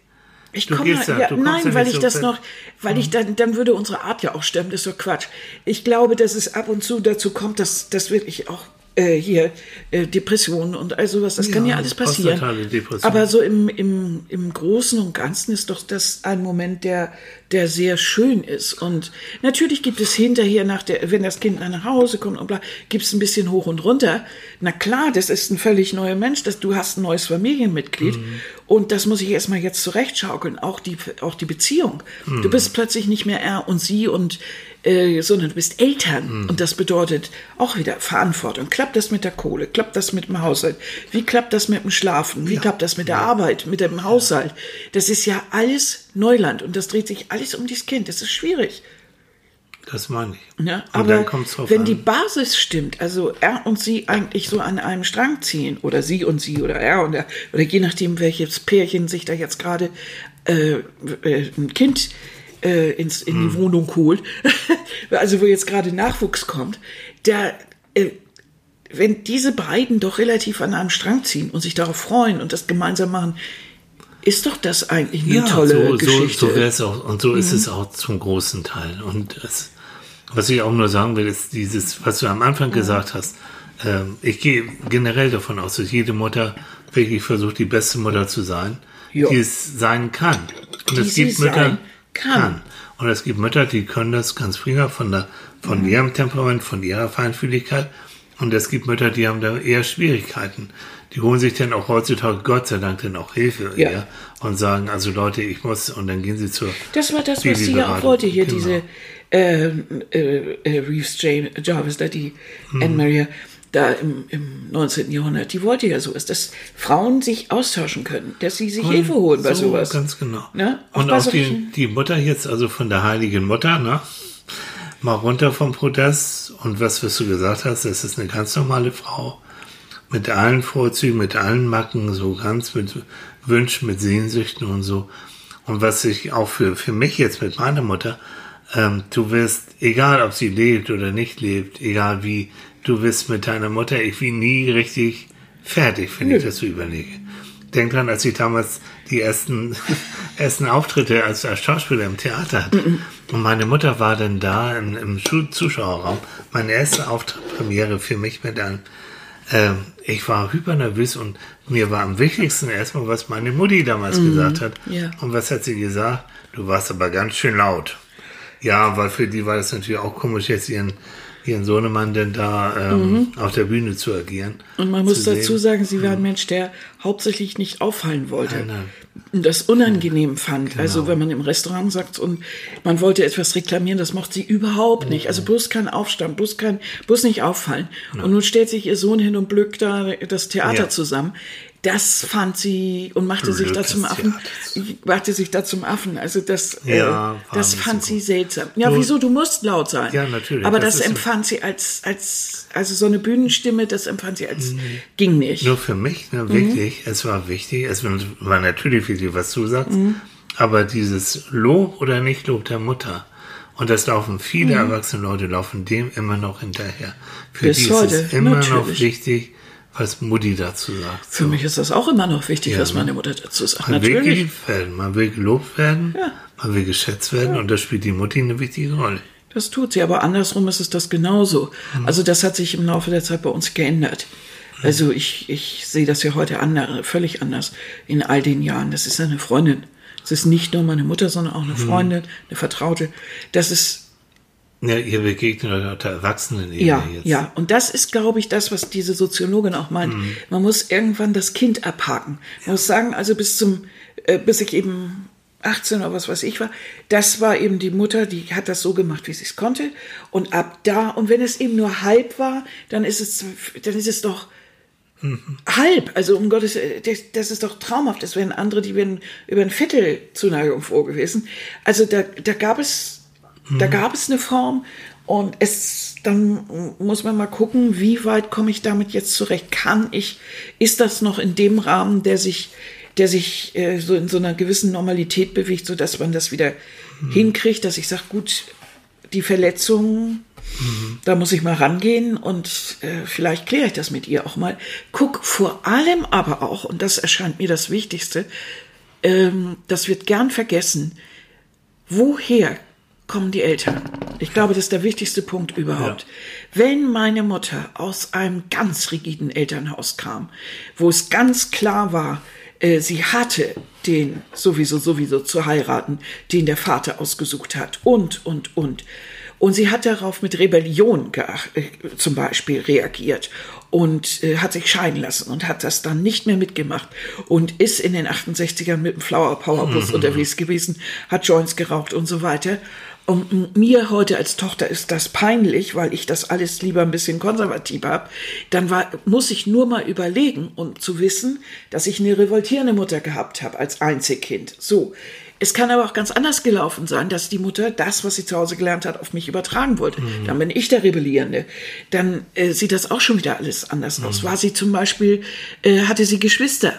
S2: Dann würde unsere Art ja auch sterben, das ist doch Quatsch. Ich glaube, dass es ab und zu dazu kommt, dass wirklich auch Depressionen und all sowas, das kann ja alles passieren. Aber so im Großen und Ganzen ist doch das ein Moment, der sehr schön ist. Und natürlich gibt es hinterher, wenn das Kind nach Hause kommt und bla, gibt es ein bisschen hoch und runter. Na klar, das ist ein völlig neuer Mensch, du hast ein neues Familienmitglied und das muss ich erstmal jetzt zurechtschaukeln, auch die Beziehung. Du bist plötzlich nicht mehr er und sie sondern du bist Eltern. Und das bedeutet auch wieder Verantwortung. Klappt das mit der Kohle? Klappt das mit dem Haushalt? Wie klappt das mit dem Schlafen? Wie klappt das mit der Arbeit, mit dem Haushalt? Das ist ja alles Neuland und das dreht sich alles um dieses Kind. Das ist schwierig.
S1: Das meine ich.
S2: Ja, aber wenn die Basis stimmt, also er und sie eigentlich so an einem Strang ziehen oder sie und sie oder er und er, oder je nachdem, welches Pärchen sich da jetzt gerade ein Kind in die Wohnung holt, also wo jetzt gerade Nachwuchs kommt, wenn diese beiden doch relativ an einem Strang ziehen und sich darauf freuen und das gemeinsam machen, ist doch das eigentlich eine tolle Geschichte.
S1: So wäre es auch, und so ist es auch zum großen Teil. Und was ich auch nur sagen will, ist dieses, was du am Anfang gesagt hast, ich gehe generell davon aus, dass jede Mutter wirklich versucht, die beste Mutter zu sein, die es sein kann. Und es gibt Mütter, kann. Und es gibt Mütter, die können das ganz prima von ihrem Temperament, von ihrer Feinfühligkeit. Und es gibt Mütter, die haben da eher Schwierigkeiten. Die holen sich dann auch heutzutage, Gott sei Dank, dann auch Hilfe und sagen, also Leute, ich muss, und dann gehen sie zur
S2: Das war das, was sie ja auch wollte, hier diese Reeves Jarvis, die Anne Maria, da im 19. Jahrhundert, die wollte ja sowas, dass Frauen sich austauschen können, dass sie sich Hilfe holen bei sowas.
S1: Ganz genau.
S2: Ne?
S1: Und auch die Mutter jetzt, also von der heiligen Mutter, ne? Mal runter vom Podest und was du gesagt hast, das ist eine ganz normale Frau mit allen Vorzügen, mit allen Macken, so ganz mit Wünschen, mit Sehnsüchten und so. Und was ich auch für mich jetzt mit meiner Mutter, du wirst, egal ob sie lebt oder nicht lebt, egal wie, du wirst mit deiner Mutter irgendwie nie richtig fertig, wenn ich das so überlege. Denk dran, als ich damals die ersten Auftritte als Schauspieler im Theater hatte. Und meine Mutter war dann da im Zuschauerraum. Meine erste Auftrittpremiere für mich mit einem. Ich war hypernervös und mir war am wichtigsten erstmal, was meine Mutti damals gesagt hat.
S2: Ja.
S1: Und was hat sie gesagt? Du warst aber ganz schön laut. Ja, weil für die war das natürlich auch komisch, jetzt ihren Sohnemann denn da auf der Bühne zu agieren.
S2: Und man muss dazu sagen, sie war ein Mensch, der hauptsächlich nicht auffallen wollte.
S1: Nein.
S2: Und das unangenehm fand.
S1: Genau.
S2: Also wenn man im Restaurant sagt und man wollte etwas reklamieren, das mochte sie überhaupt nicht. Also bloß kein Aufstand, bloß nicht auffallen. Und nun stellt sich ihr Sohn hin und blökt da das Theater zusammen. Das fand sie und machte sich da zum Affen. Also das fand sie seltsam. Ja, wieso? Du musst laut sein.
S1: Ja, natürlich.
S2: Aber das empfand sie als so eine Bühnenstimme, das empfand sie als ging nicht.
S1: Nur für mich, ne, wirklich, es war wichtig. Es war natürlich wichtig, was du sagst. Aber dieses Lob oder Nicht-Lob der Mutter. Und das laufen viele erwachsene Leute, laufen dem immer noch hinterher. Für
S2: Bis
S1: die
S2: heute,
S1: ist es immer
S2: natürlich.
S1: noch wichtig, was Mutti dazu sagt.
S2: Für mich ist das auch immer noch wichtig, was meine Mutter dazu sagt.
S1: Man will
S2: Natürlich.
S1: geliebt werden, man will gelobt werden, man will geschätzt werden und da spielt die Mutti eine wichtige Rolle.
S2: Das tut sie, aber andersrum ist es das genauso. Also das hat sich im Laufe der Zeit bei uns geändert. Also ich sehe das ja heute völlig anders in all den Jahren. Das ist eine Freundin. Es ist nicht nur meine Mutter, sondern auch eine Freundin, eine Vertraute. Das ist
S1: ja, ihr begegnet auf der Erwachsenenebene jetzt.
S2: Ja, und das ist, glaube ich, das, was diese Soziologin auch meint. Man muss irgendwann das Kind abhaken. Man muss sagen, also bis ich eben 18 oder was weiß ich war, das war eben die Mutter, die hat das so gemacht, wie sie es konnte. Und ab da, und wenn es eben nur halb war, dann ist es doch halb. Also um Gottes, das ist doch traumhaft. Das wären andere, die wären über ein Viertel Zuneigung froh gewesen. Also da gab es eine Form und dann muss man mal gucken, wie weit komme ich damit jetzt zurecht? Ist das noch in dem Rahmen, der sich so in so einer gewissen Normalität bewegt, so dass man das wieder hinkriegt, dass ich sage, gut, die Verletzungen, da muss ich mal rangehen und vielleicht kläre ich das mit ihr auch mal. Guck vor allem aber auch, und das erscheint mir das Wichtigste, das wird gern vergessen, woher kommen die Eltern? Ich glaube, das ist der wichtigste Punkt überhaupt. Ja. Wenn meine Mutter aus einem ganz rigiden Elternhaus kam, wo es ganz klar war, sie hatte den sowieso zu heiraten, den der Vater ausgesucht hat und sie hat darauf mit Rebellion zum Beispiel reagiert und hat sich scheiden lassen und hat das dann nicht mehr mitgemacht und ist in den 68ern mit dem Flower Power Bus unterwegs gewesen, hat Joints geraucht und so weiter. Und mir heute als Tochter ist das peinlich, weil ich das alles lieber ein bisschen konservativ habe. Dann muss ich nur mal überlegen, um zu wissen, dass ich eine revoltierende Mutter gehabt habe als Einzelkind. So. Es kann aber auch ganz anders gelaufen sein, dass die Mutter das, was sie zu Hause gelernt hat, auf mich übertragen wollte. Dann bin ich der Rebellierende. Dann sieht das auch schon wieder alles anders aus. War sie zum Beispiel, hatte sie Geschwister?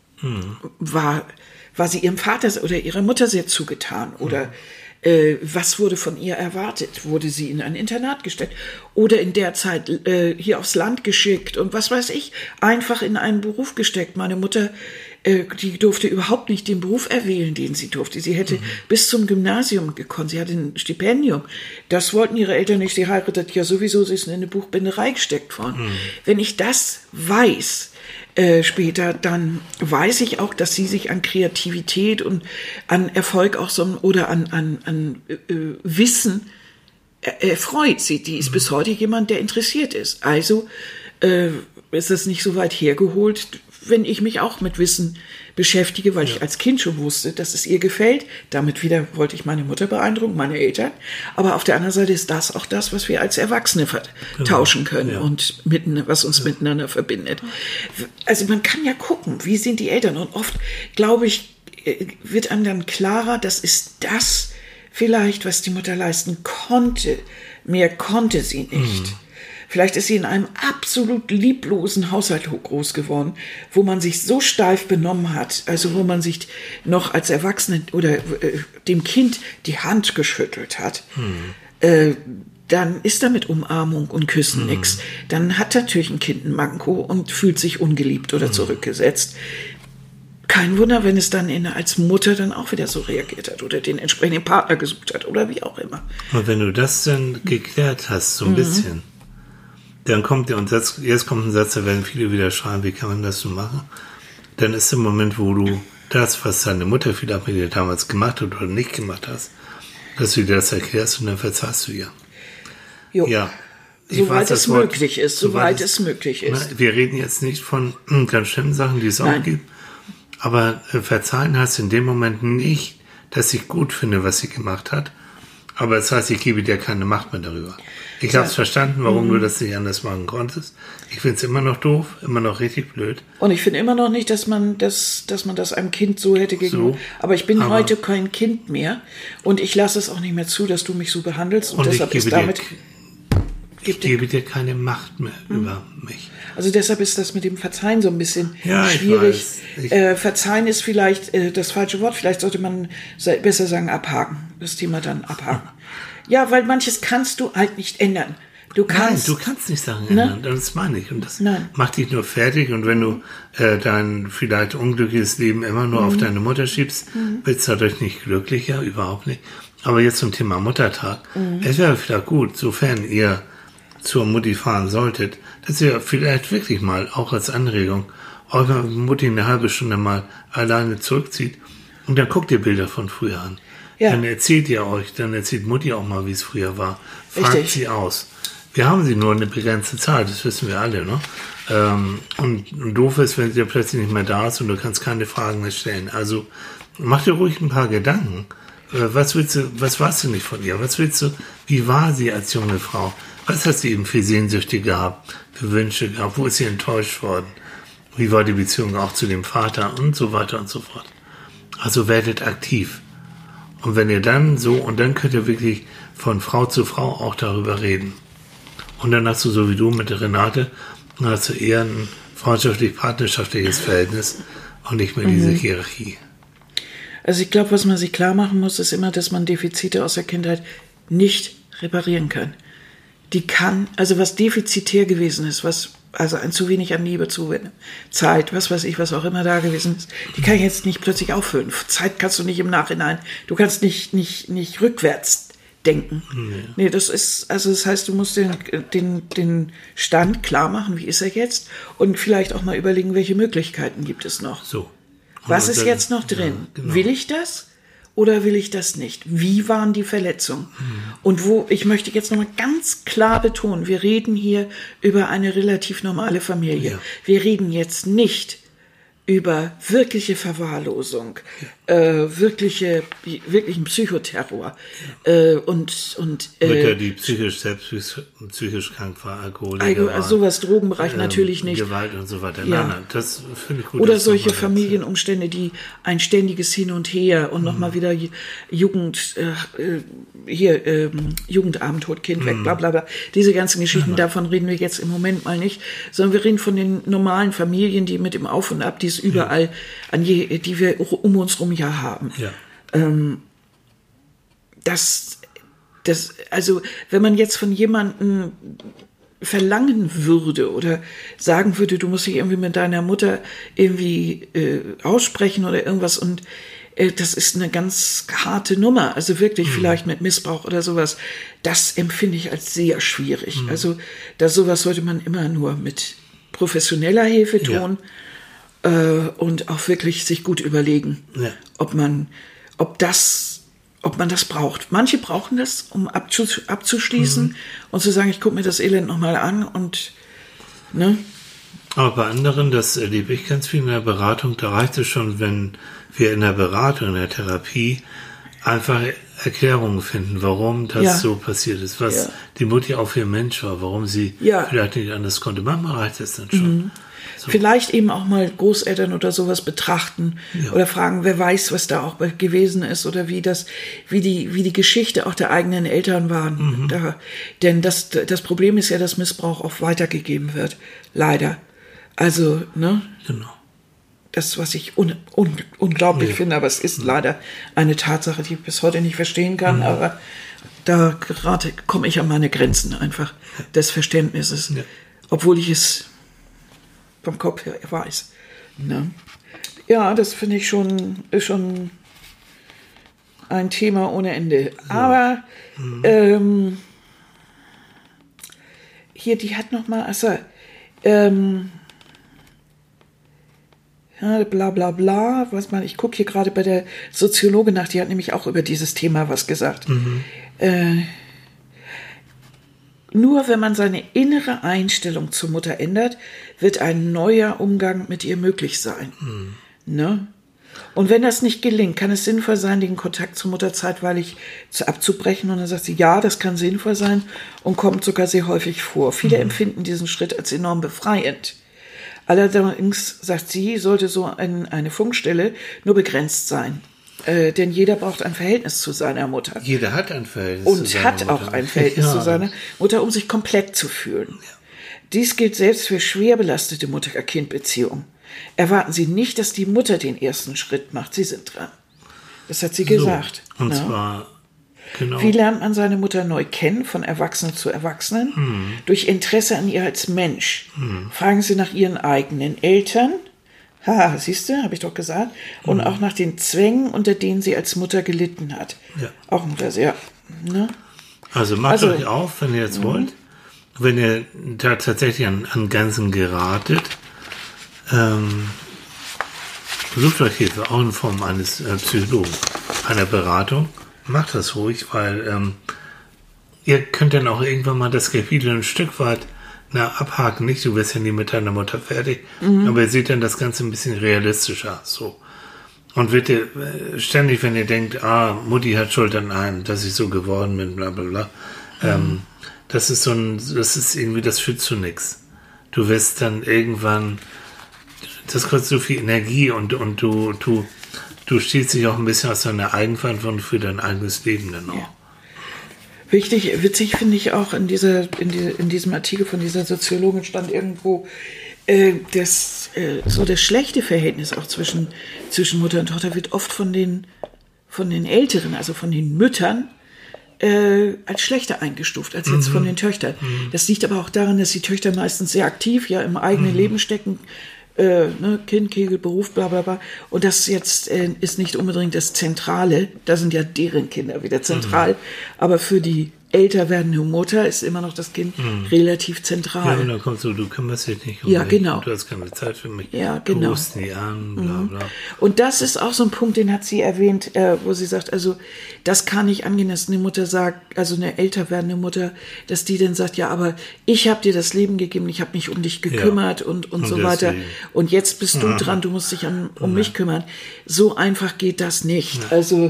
S2: War sie ihrem Vater oder ihrer Mutter sehr zugetan? Oder was wurde von ihr erwartet? Wurde sie in ein Internat gesteckt oder in der Zeit hier aufs Land geschickt und was weiß ich, einfach in einen Beruf gesteckt? Meine Mutter, die durfte überhaupt nicht den Beruf erwählen, den sie durfte. Sie hätte bis zum Gymnasium gekonnt. Sie hatte ein Stipendium. Das wollten ihre Eltern nicht. Sie heiratet ja sowieso. Sie ist in eine Buchbinderei gesteckt worden. Wenn ich das weiß, später, dann weiß ich auch, dass sie sich an Kreativität und an Erfolg auch oder an Wissen erfreut. Die ist bis heute jemand, der interessiert ist. Also ist es nicht so weit hergeholt, wenn ich mich auch mit Wissen beschäftige, weil ich als Kind schon wusste, dass es ihr gefällt. Damit wieder wollte ich meine Mutter beeindrucken, meine Eltern. Aber auf der anderen Seite ist das auch das, was wir als Erwachsene tauschen können und was uns miteinander verbindet. Also man kann ja gucken, wie sind die Eltern? Und oft, glaube ich, wird einem dann klarer, das ist das vielleicht, was die Mutter leisten konnte. Mehr konnte sie nicht. Vielleicht ist sie in einem absolut lieblosen Haushalt groß geworden, wo man sich so steif benommen hat, also wo man sich noch als Erwachsene oder dem Kind die Hand geschüttelt hat. Dann ist da mit Umarmung und Küssen nichts. Dann hat natürlich ein Kind ein Manko und fühlt sich ungeliebt oder zurückgesetzt. Kein Wunder, wenn es dann als Mutter dann auch wieder so reagiert hat oder den entsprechenden Partner gesucht hat oder wie auch immer.
S1: Und wenn du das dann geklärt hast, so ein bisschen, dann kommt jetzt kommt ein Satz, da werden viele wieder schreien, wie kann man das so machen? Dann ist der Moment, wo du das, was deine Mutter vielleicht mit dir damals gemacht hat oder nicht gemacht hast, dass du dir das erklärst und dann verzeihst du ihr.
S2: Jo.
S1: Ja.
S2: Soweit es möglich ist. Soweit es möglich ist.
S1: Wir reden jetzt nicht von ganz schlimmen Sachen, die es auch gibt. Aber verzeihen heißt in dem Moment nicht, dass ich gut finde, was sie gemacht hat. Aber das heißt, ich gebe dir keine Macht mehr darüber. Ich habe es verstanden, warum du das nicht anders machen konntest. Ich finde es immer noch doof, immer noch richtig blöd.
S2: Und ich finde immer noch nicht, dass man das einem Kind so hätte gegenüber. Aber ich bin heute kein Kind mehr. Und ich lasse es auch nicht mehr zu, dass du mich so behandelst. Und deshalb ist damit...
S1: Ich gebe dir keine Macht mehr über mich.
S2: Also deshalb ist das mit dem Verzeihen so ein bisschen schwierig. Verzeihen ist vielleicht das falsche Wort. Vielleicht sollte man besser sagen abhaken. Das Thema dann abhaken. Ja, weil manches kannst du halt nicht ändern. Du kannst
S1: nicht Sachen ändern. Das meine ich. Und das macht dich nur fertig. Und wenn du dein vielleicht unglückliches Leben immer nur auf deine Mutter schiebst, bist du dadurch nicht glücklicher, überhaupt nicht. Aber jetzt zum Thema Muttertag. Es wäre vielleicht gut, sofern ihr zur Mutti fahren solltet, dass ihr vielleicht wirklich mal, auch als Anregung, eure Mutti eine halbe Stunde mal alleine zurückzieht und dann guckt ihr Bilder von früher an. Ja. Dann erzählt Mutti auch mal, wie es früher war. Fragt sie aus. Wir haben sie nur eine begrenzte Zeit, das wissen wir alle, ne? Und doof ist, wenn sie plötzlich nicht mehr da ist und du kannst keine Fragen mehr stellen. Also mach dir ruhig ein paar Gedanken. Was warst du nicht von ihr? Wie war sie als junge Frau? Was hat sie eben für Sehnsüchte gehabt, für Wünsche gehabt? Wo ist sie enttäuscht worden? Wie war die Beziehung auch zu dem Vater und so weiter und so fort? Also werdet aktiv. Und wenn ihr dann dann könnt ihr wirklich von Frau zu Frau auch darüber reden. Und dann hast du so wie du mit der Renate, dann hast du eher ein freundschaftlich-partnerschaftliches Verhältnis und nicht mehr diese Hierarchie.
S2: Also ich glaube, was man sich klar machen muss, ist immer, dass man Defizite aus der Kindheit nicht reparieren kann. Also was defizitär gewesen ist, also ein zu wenig an Liebe, zu wenig Zeit, was weiß ich, was auch immer da gewesen ist, die kann ich jetzt nicht plötzlich auffüllen. Zeit kannst du nicht im Nachhinein, du kannst nicht rückwärts denken. Nee, das heißt, du musst den Stand klar machen, wie ist er jetzt, und vielleicht auch mal überlegen, welche Möglichkeiten gibt es noch.
S1: So.
S2: Was ist jetzt noch drin? Ja, genau. Will ich das? Oder will ich das nicht? Wie waren die Verletzungen? Und ich möchte jetzt nochmal ganz klar betonen, wir reden hier über eine relativ normale Familie. Ja. Wir reden jetzt nicht über wirkliche Verwahrlosung, wirklichen Psychoterror und
S1: Mütter, die psychisch krank war, Alkoholiker,
S2: sowas, Drogenbereich natürlich nicht.
S1: Gewalt und so weiter. Ja. Nein, das finde ich gut.
S2: Oder solche Familienumstände, die ein ständiges Hin und Her und nochmal wieder Jugendabend, tot Kind weg, bla bla bla. Diese ganzen Geschichten, davon reden wir jetzt im Moment mal nicht, sondern wir reden von den normalen Familien, die mit dem Auf und Ab, die es überall, die wir um uns rum ja haben.
S1: Ja.
S2: Also wenn man jetzt von jemandem verlangen würde oder sagen würde, du musst dich irgendwie mit deiner Mutter irgendwie aussprechen oder irgendwas, und das ist eine ganz harte Nummer, also wirklich vielleicht mit Missbrauch oder sowas, das empfinde ich als sehr schwierig. Also sowas sollte man immer nur mit professioneller Hilfe tun. Und auch wirklich sich gut überlegen, ob man das braucht. Manche brauchen das, um abzuschließen und zu sagen, ich gucke mir das Elend nochmal an und, ne?
S1: Aber bei anderen, das erlebe ich ganz viel in der Beratung, da reicht es schon, wenn wir in der Beratung, in der Therapie einfach Erklärungen finden, warum das so passiert ist, was die Mutti auch für ein Mensch war, warum sie vielleicht nicht anders konnte. Manchmal reicht es dann schon. So.
S2: Vielleicht eben auch mal Großeltern oder sowas betrachten oder fragen, wer weiß, was da auch gewesen ist oder wie die Geschichte auch der eigenen Eltern waren. Denn das Problem ist ja, dass Missbrauch auch weitergegeben wird. Leider. Also, ne?
S1: Genau.
S2: Das, was ich unglaublich finde, aber es ist leider eine Tatsache, die ich bis heute nicht verstehen kann, aber da gerade komme ich an meine Grenzen einfach des Verständnisses, obwohl ich es vom Kopf her weiß. Ne? Ja, das finde ich ist schon ein Thema ohne Ende. Aber hier, die hat noch mal, bla bla bla, ich gucke hier gerade bei der Soziologin nach, die hat nämlich auch über dieses Thema was gesagt. Nur wenn man seine innere Einstellung zur Mutter ändert, wird ein neuer Umgang mit ihr möglich sein. Ne? Und wenn das nicht gelingt, kann es sinnvoll sein, den Kontakt zur Mutter zeitweilig abzubrechen. Und dann sagt sie, ja, das kann sinnvoll sein und kommt sogar sehr häufig vor. Viele empfinden diesen Schritt als enorm befreiend. Allerdings, sagt sie, sollte so eine Funkstelle nur begrenzt sein. Denn jeder braucht ein Verhältnis zu seiner Mutter.
S1: Jeder hat ein Verhältnis
S2: zu seiner Mutter. Und hat auch ein Verhältnis zu seiner Mutter, um sich komplett zu fühlen. Ja. Dies gilt selbst für schwer belastete Mutter-Kind-Beziehungen. Erwarten Sie nicht, dass die Mutter den ersten Schritt macht. Sie sind dran. Das hat sie gesagt.
S1: Und zwar, genau.
S2: Wie lernt man seine Mutter neu kennen, von Erwachsenen zu Erwachsenen? Durch Interesse an ihr als Mensch. Fragen Sie nach Ihren eigenen Eltern. Haha, siehst du, habe ich doch gesagt. Und auch nach den Zwängen, unter denen sie als Mutter gelitten hat. Ja. Auch Mutter, sehr. Ne?
S1: Also macht euch auf, wenn ihr jetzt wollt. Wenn ihr da tatsächlich an Grenzen geratet, sucht euch Hilfe, auch in Form eines Psychologen, einer Beratung. Macht das ruhig, weil ihr könnt dann auch irgendwann mal das Kapitel ein Stück weit abhaken. Nicht, du wirst ja nie mit deiner Mutter fertig, aber ihr seht dann das Ganze ein bisschen realistischer. So. Und wird ihr ständig, wenn ihr denkt, Mutti hat Schuld an einem, dass ich so geworden bin, bla bla bla, das ist irgendwie, das führt zu nichts. Du wirst dann irgendwann, das kostet so viel Energie und du stehst dich auch ein bisschen aus deiner Eigenverantwortung für dein eigenes Leben dann auch. Ja.
S2: Witzig finde ich auch in diesem Artikel von dieser Soziologin stand irgendwo das schlechte Verhältnis auch zwischen Mutter und Tochter wird oft von den Älteren, also von den Müttern, als schlechter eingestuft als jetzt von den Töchtern. Das liegt aber auch daran, dass die Töchter meistens sehr aktiv im eigenen Leben stecken, Kind, Kegel, Beruf, bla bla bla. Und das jetzt ist nicht unbedingt das Zentrale. Da sind ja deren Kinder wieder zentral. Aber für die älter werdende Mutter ist immer noch das Kind relativ zentral.
S1: Ja, und dann kommst du kümmerst dich nicht um
S2: mich. Genau.
S1: Du hast keine Zeit für mich.
S2: Ja, genau.
S1: Du rufst nie an, bla bla.
S2: Und das ist auch so ein Punkt, den hat sie erwähnt, wo sie sagt, also das kann nicht angehen, dass eine Mutter sagt, also eine älter werdende Mutter, dass die dann sagt, ja, aber ich habe dir das Leben gegeben, ich habe mich um dich gekümmert und so weiter. Und jetzt bist du dran, du musst dich um mich kümmern. So einfach geht das nicht. Ja. Also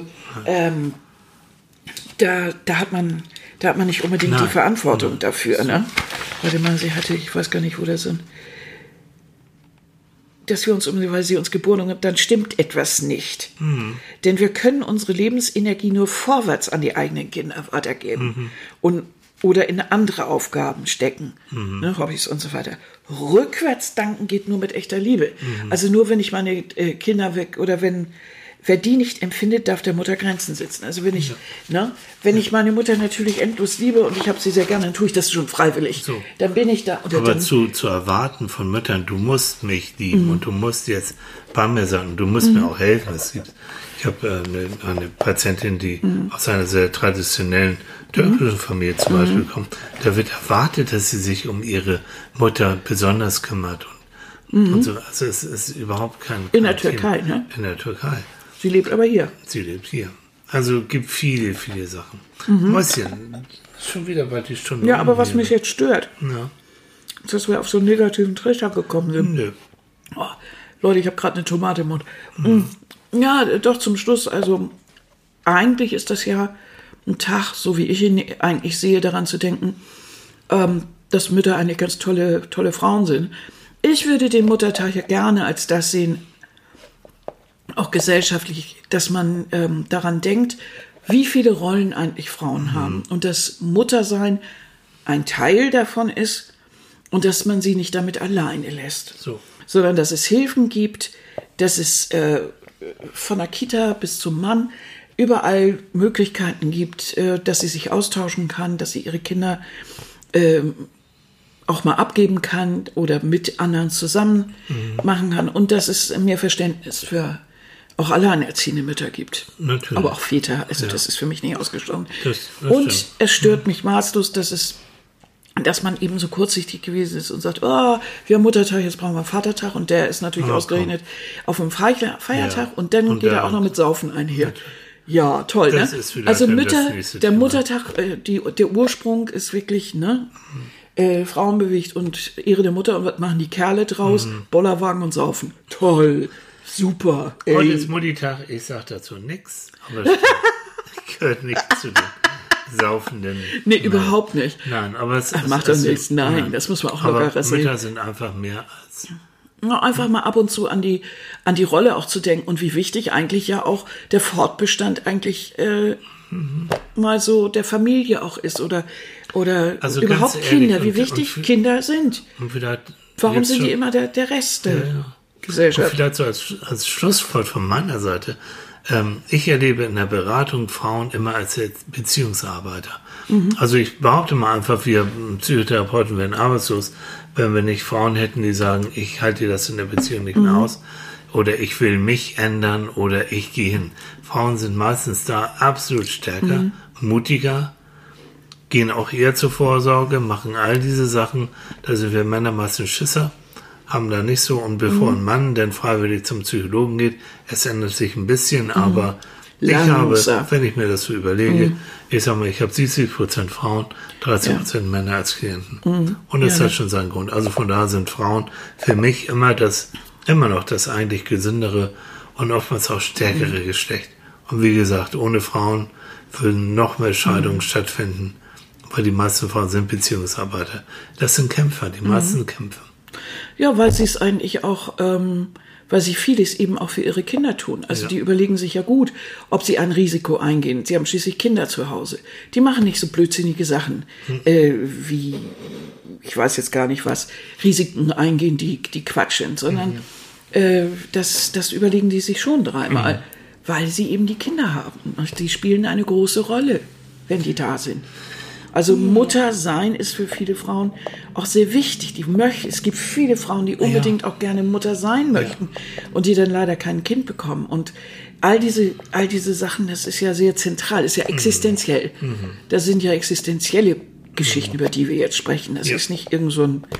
S2: da hat man nicht unbedingt die Verantwortung dafür. Ne? Warte mal, sie hatte, ich weiß gar nicht, wo das sind. Dass wir uns weil sie uns geboren haben, dann stimmt etwas nicht. Denn wir können unsere Lebensenergie nur vorwärts an die eigenen Kinder weitergeben oder in andere Aufgaben stecken, Hobbys und so weiter. Rückwärts danken geht nur mit echter Liebe. Also nur wenn ich meine Kinder oder wer die nicht empfindet, darf der Mutter Grenzen setzen. Also wenn ich meine Mutter natürlich endlos liebe und ich habe sie sehr gerne, dann tue ich das schon freiwillig. So. Dann bin ich da.
S1: Aber zu erwarten von Müttern, du musst mich lieben und du musst jetzt bei mir sein, du musst mir auch helfen. Ich habe eine Patientin, die aus einer sehr traditionellen türkischen Familie zum Beispiel kommt. Da wird erwartet, dass sie sich um ihre Mutter besonders kümmert. Und so. Also es ist überhaupt kein
S2: in der Türkei, ne?
S1: In der Türkei.
S2: Sie lebt aber hier.
S1: Sie lebt hier. Also gibt viele, viele Sachen. Mäuschen, schon wieder bald die Stunde.
S2: Ja, aber was mich jetzt stört, dass wir auf so einen negativen Trichter gekommen sind.
S1: Nö.
S2: Oh, Leute, ich habe gerade eine Tomate im Mund. Ja, doch zum Schluss, also eigentlich ist das ja ein Tag, so wie ich ihn eigentlich sehe, daran zu denken, dass Mütter eigentlich ganz tolle Frauen sind. Ich würde den Muttertag ja gerne als das sehen, auch gesellschaftlich, dass man daran denkt, wie viele Rollen eigentlich Frauen haben und dass Muttersein ein Teil davon ist und dass man sie nicht damit alleine lässt, sondern dass es Hilfen gibt, dass es von der Kita bis zum Mann überall Möglichkeiten gibt, dass sie sich austauschen kann, dass sie ihre Kinder auch mal abgeben kann oder mit anderen zusammen machen kann und dass es mehr Verständnis für auch alleinerziehende Mütter gibt.
S1: Natürlich.
S2: Aber auch Väter, also das ist für mich nicht ausgeschlossen.
S1: Das
S2: und
S1: stimmt.
S2: es stört mich maßlos, dass man eben so kurzsichtig gewesen ist und sagt, oh, wir haben Muttertag, jetzt brauchen wir Vatertag und der ist natürlich ausgerechnet auf einem Feiertag und dann geht er auch noch mit Saufen einher. Ja, toll,
S1: das
S2: ne?
S1: ist vielleicht
S2: Also
S1: dann
S2: Mütter,
S1: das nächste
S2: der
S1: Thema.
S2: Muttertag, der Ursprung ist wirklich, ne? Frauen bewegt und Ehre der Mutter und was machen die Kerle draus? Bollerwagen und Saufen. Toll, super. Ey.
S1: Heute ist Muttitag, ich sag dazu nichts, aber das gehört nicht zu den Saufenden.
S2: Nee, überhaupt nicht.
S1: Nein, aber es
S2: Macht doch nichts. Nein, das muss man auch
S1: aber
S2: locker sehen.
S1: Mütter sind einfach mehr als...
S2: Einfach mal ab und zu an die Rolle auch zu denken und wie wichtig eigentlich ja auch der Fortbestand eigentlich mal so der Familie auch ist oder
S1: Also
S2: überhaupt
S1: ganz ehrlich,
S2: Kinder, wie wichtig Kinder sind.
S1: Und vielleicht
S2: Warum
S1: jetzt
S2: sind die
S1: schon-
S2: immer der Rest der
S1: Und
S2: Gesellschaft?
S1: vielleicht so als Schlusswort von meiner Seite. Ich erlebe in der Beratung Frauen immer als Beziehungsarbeiter. Also ich behaupte mal einfach, wir Psychotherapeuten wären arbeitslos, wenn wir nicht Frauen hätten, die sagen, ich halte das in der Beziehung nicht mehr aus oder ich will mich ändern oder ich gehe hin. Frauen sind meistens da absolut stärker, mutiger, gehen auch eher zur Vorsorge, machen all diese Sachen. Da sind wir Männer meistens Schisser, haben da nicht so. Und bevor ein Mann dann freiwillig zum Psychologen geht, es ändert sich ein bisschen, aber ich habe, wenn ich mir das so überlege, ich sag mal, ich habe 70% Frauen, 30% Männer als Klienten. Und das hat schon seinen Grund. Also von daher sind Frauen für mich immer noch das eigentlich gesündere und oftmals auch stärkere Geschlecht. Und wie gesagt, ohne Frauen würden noch mehr Scheidungen stattfinden, weil die meisten Frauen sind Beziehungsarbeiter. Das sind Kämpfer, die meisten sind Kämpfer.
S2: Ja, weil sie es eigentlich auch, weil sie vieles eben auch für ihre Kinder tun. Also die überlegen sich ja gut, ob sie ein Risiko eingehen. Sie haben schließlich Kinder zu Hause. Die machen nicht so blödsinnige Sachen wie, ich weiß jetzt gar nicht was, Risiken eingehen, die Quatsch sind, sondern das überlegen die sich schon dreimal, weil sie eben die Kinder haben. Und die spielen eine große Rolle, wenn die da sind. Also Mutter sein ist für viele Frauen auch sehr wichtig. Es gibt viele Frauen, die unbedingt auch gerne Mutter sein möchten und die dann leider kein Kind bekommen. Und all diese Sachen, das ist ja sehr zentral, ist ja existenziell. Das sind ja existenzielle Geschichten, über die wir jetzt sprechen. Das ist nicht irgend so ein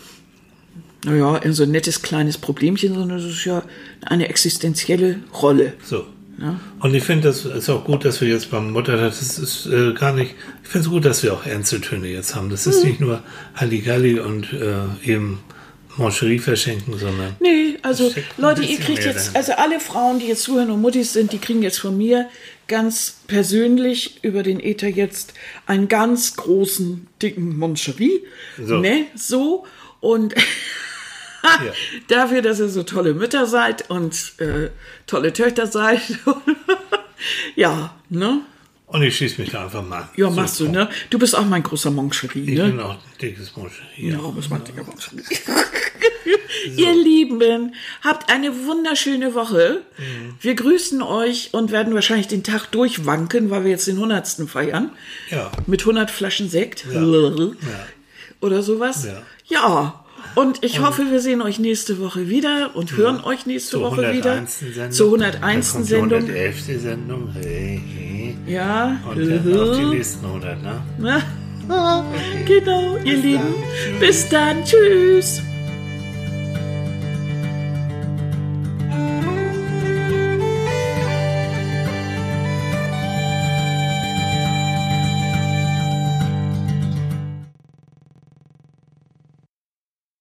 S2: nettes kleines Problemchen, sondern das ist ja eine existenzielle Rolle.
S1: So. Ja. Und ich finde, das ist auch gut, dass wir jetzt beim Muttertag, das ist gar nicht, ich finde es gut, dass wir auch Ernste-Töne jetzt haben. Das ist nicht nur Halligalli und eben Mancherie verschenken, sondern...
S2: Nee, also Leute, ihr kriegt jetzt, also alle Frauen, die jetzt zuhören und Muttis sind, die kriegen jetzt von mir ganz persönlich über den Äther jetzt einen ganz großen, dicken Mancherie.
S1: So.
S2: Ne, so. Und... Dafür, dass ihr so tolle Mütter seid und tolle Töchter seid. Ja, ne?
S1: Und ich schieße mich da einfach mal.
S2: Ja, machst du, ne? Du bist auch mein großer Mancherie, ne?
S1: Ich bin auch ein dickes Mancherie.
S2: Ja, bist mein dicker Mancherie. Ihr Lieben, habt eine wunderschöne Woche. Wir grüßen euch und werden wahrscheinlich den Tag durchwanken, weil wir jetzt den 100. feiern.
S1: Ja.
S2: Mit 100 Flaschen Sekt.
S1: Ja.
S2: Oder sowas. Ja. Und ich hoffe, wir sehen euch nächste Woche wieder und hören euch nächste Woche wieder. Zur 101. Sendung.
S1: 111. Sendung. Hey.
S2: Ja.
S1: Und dann auf die nächsten 100, ne?
S2: Genau, ihr Lieben. Bis dann. Tschüss.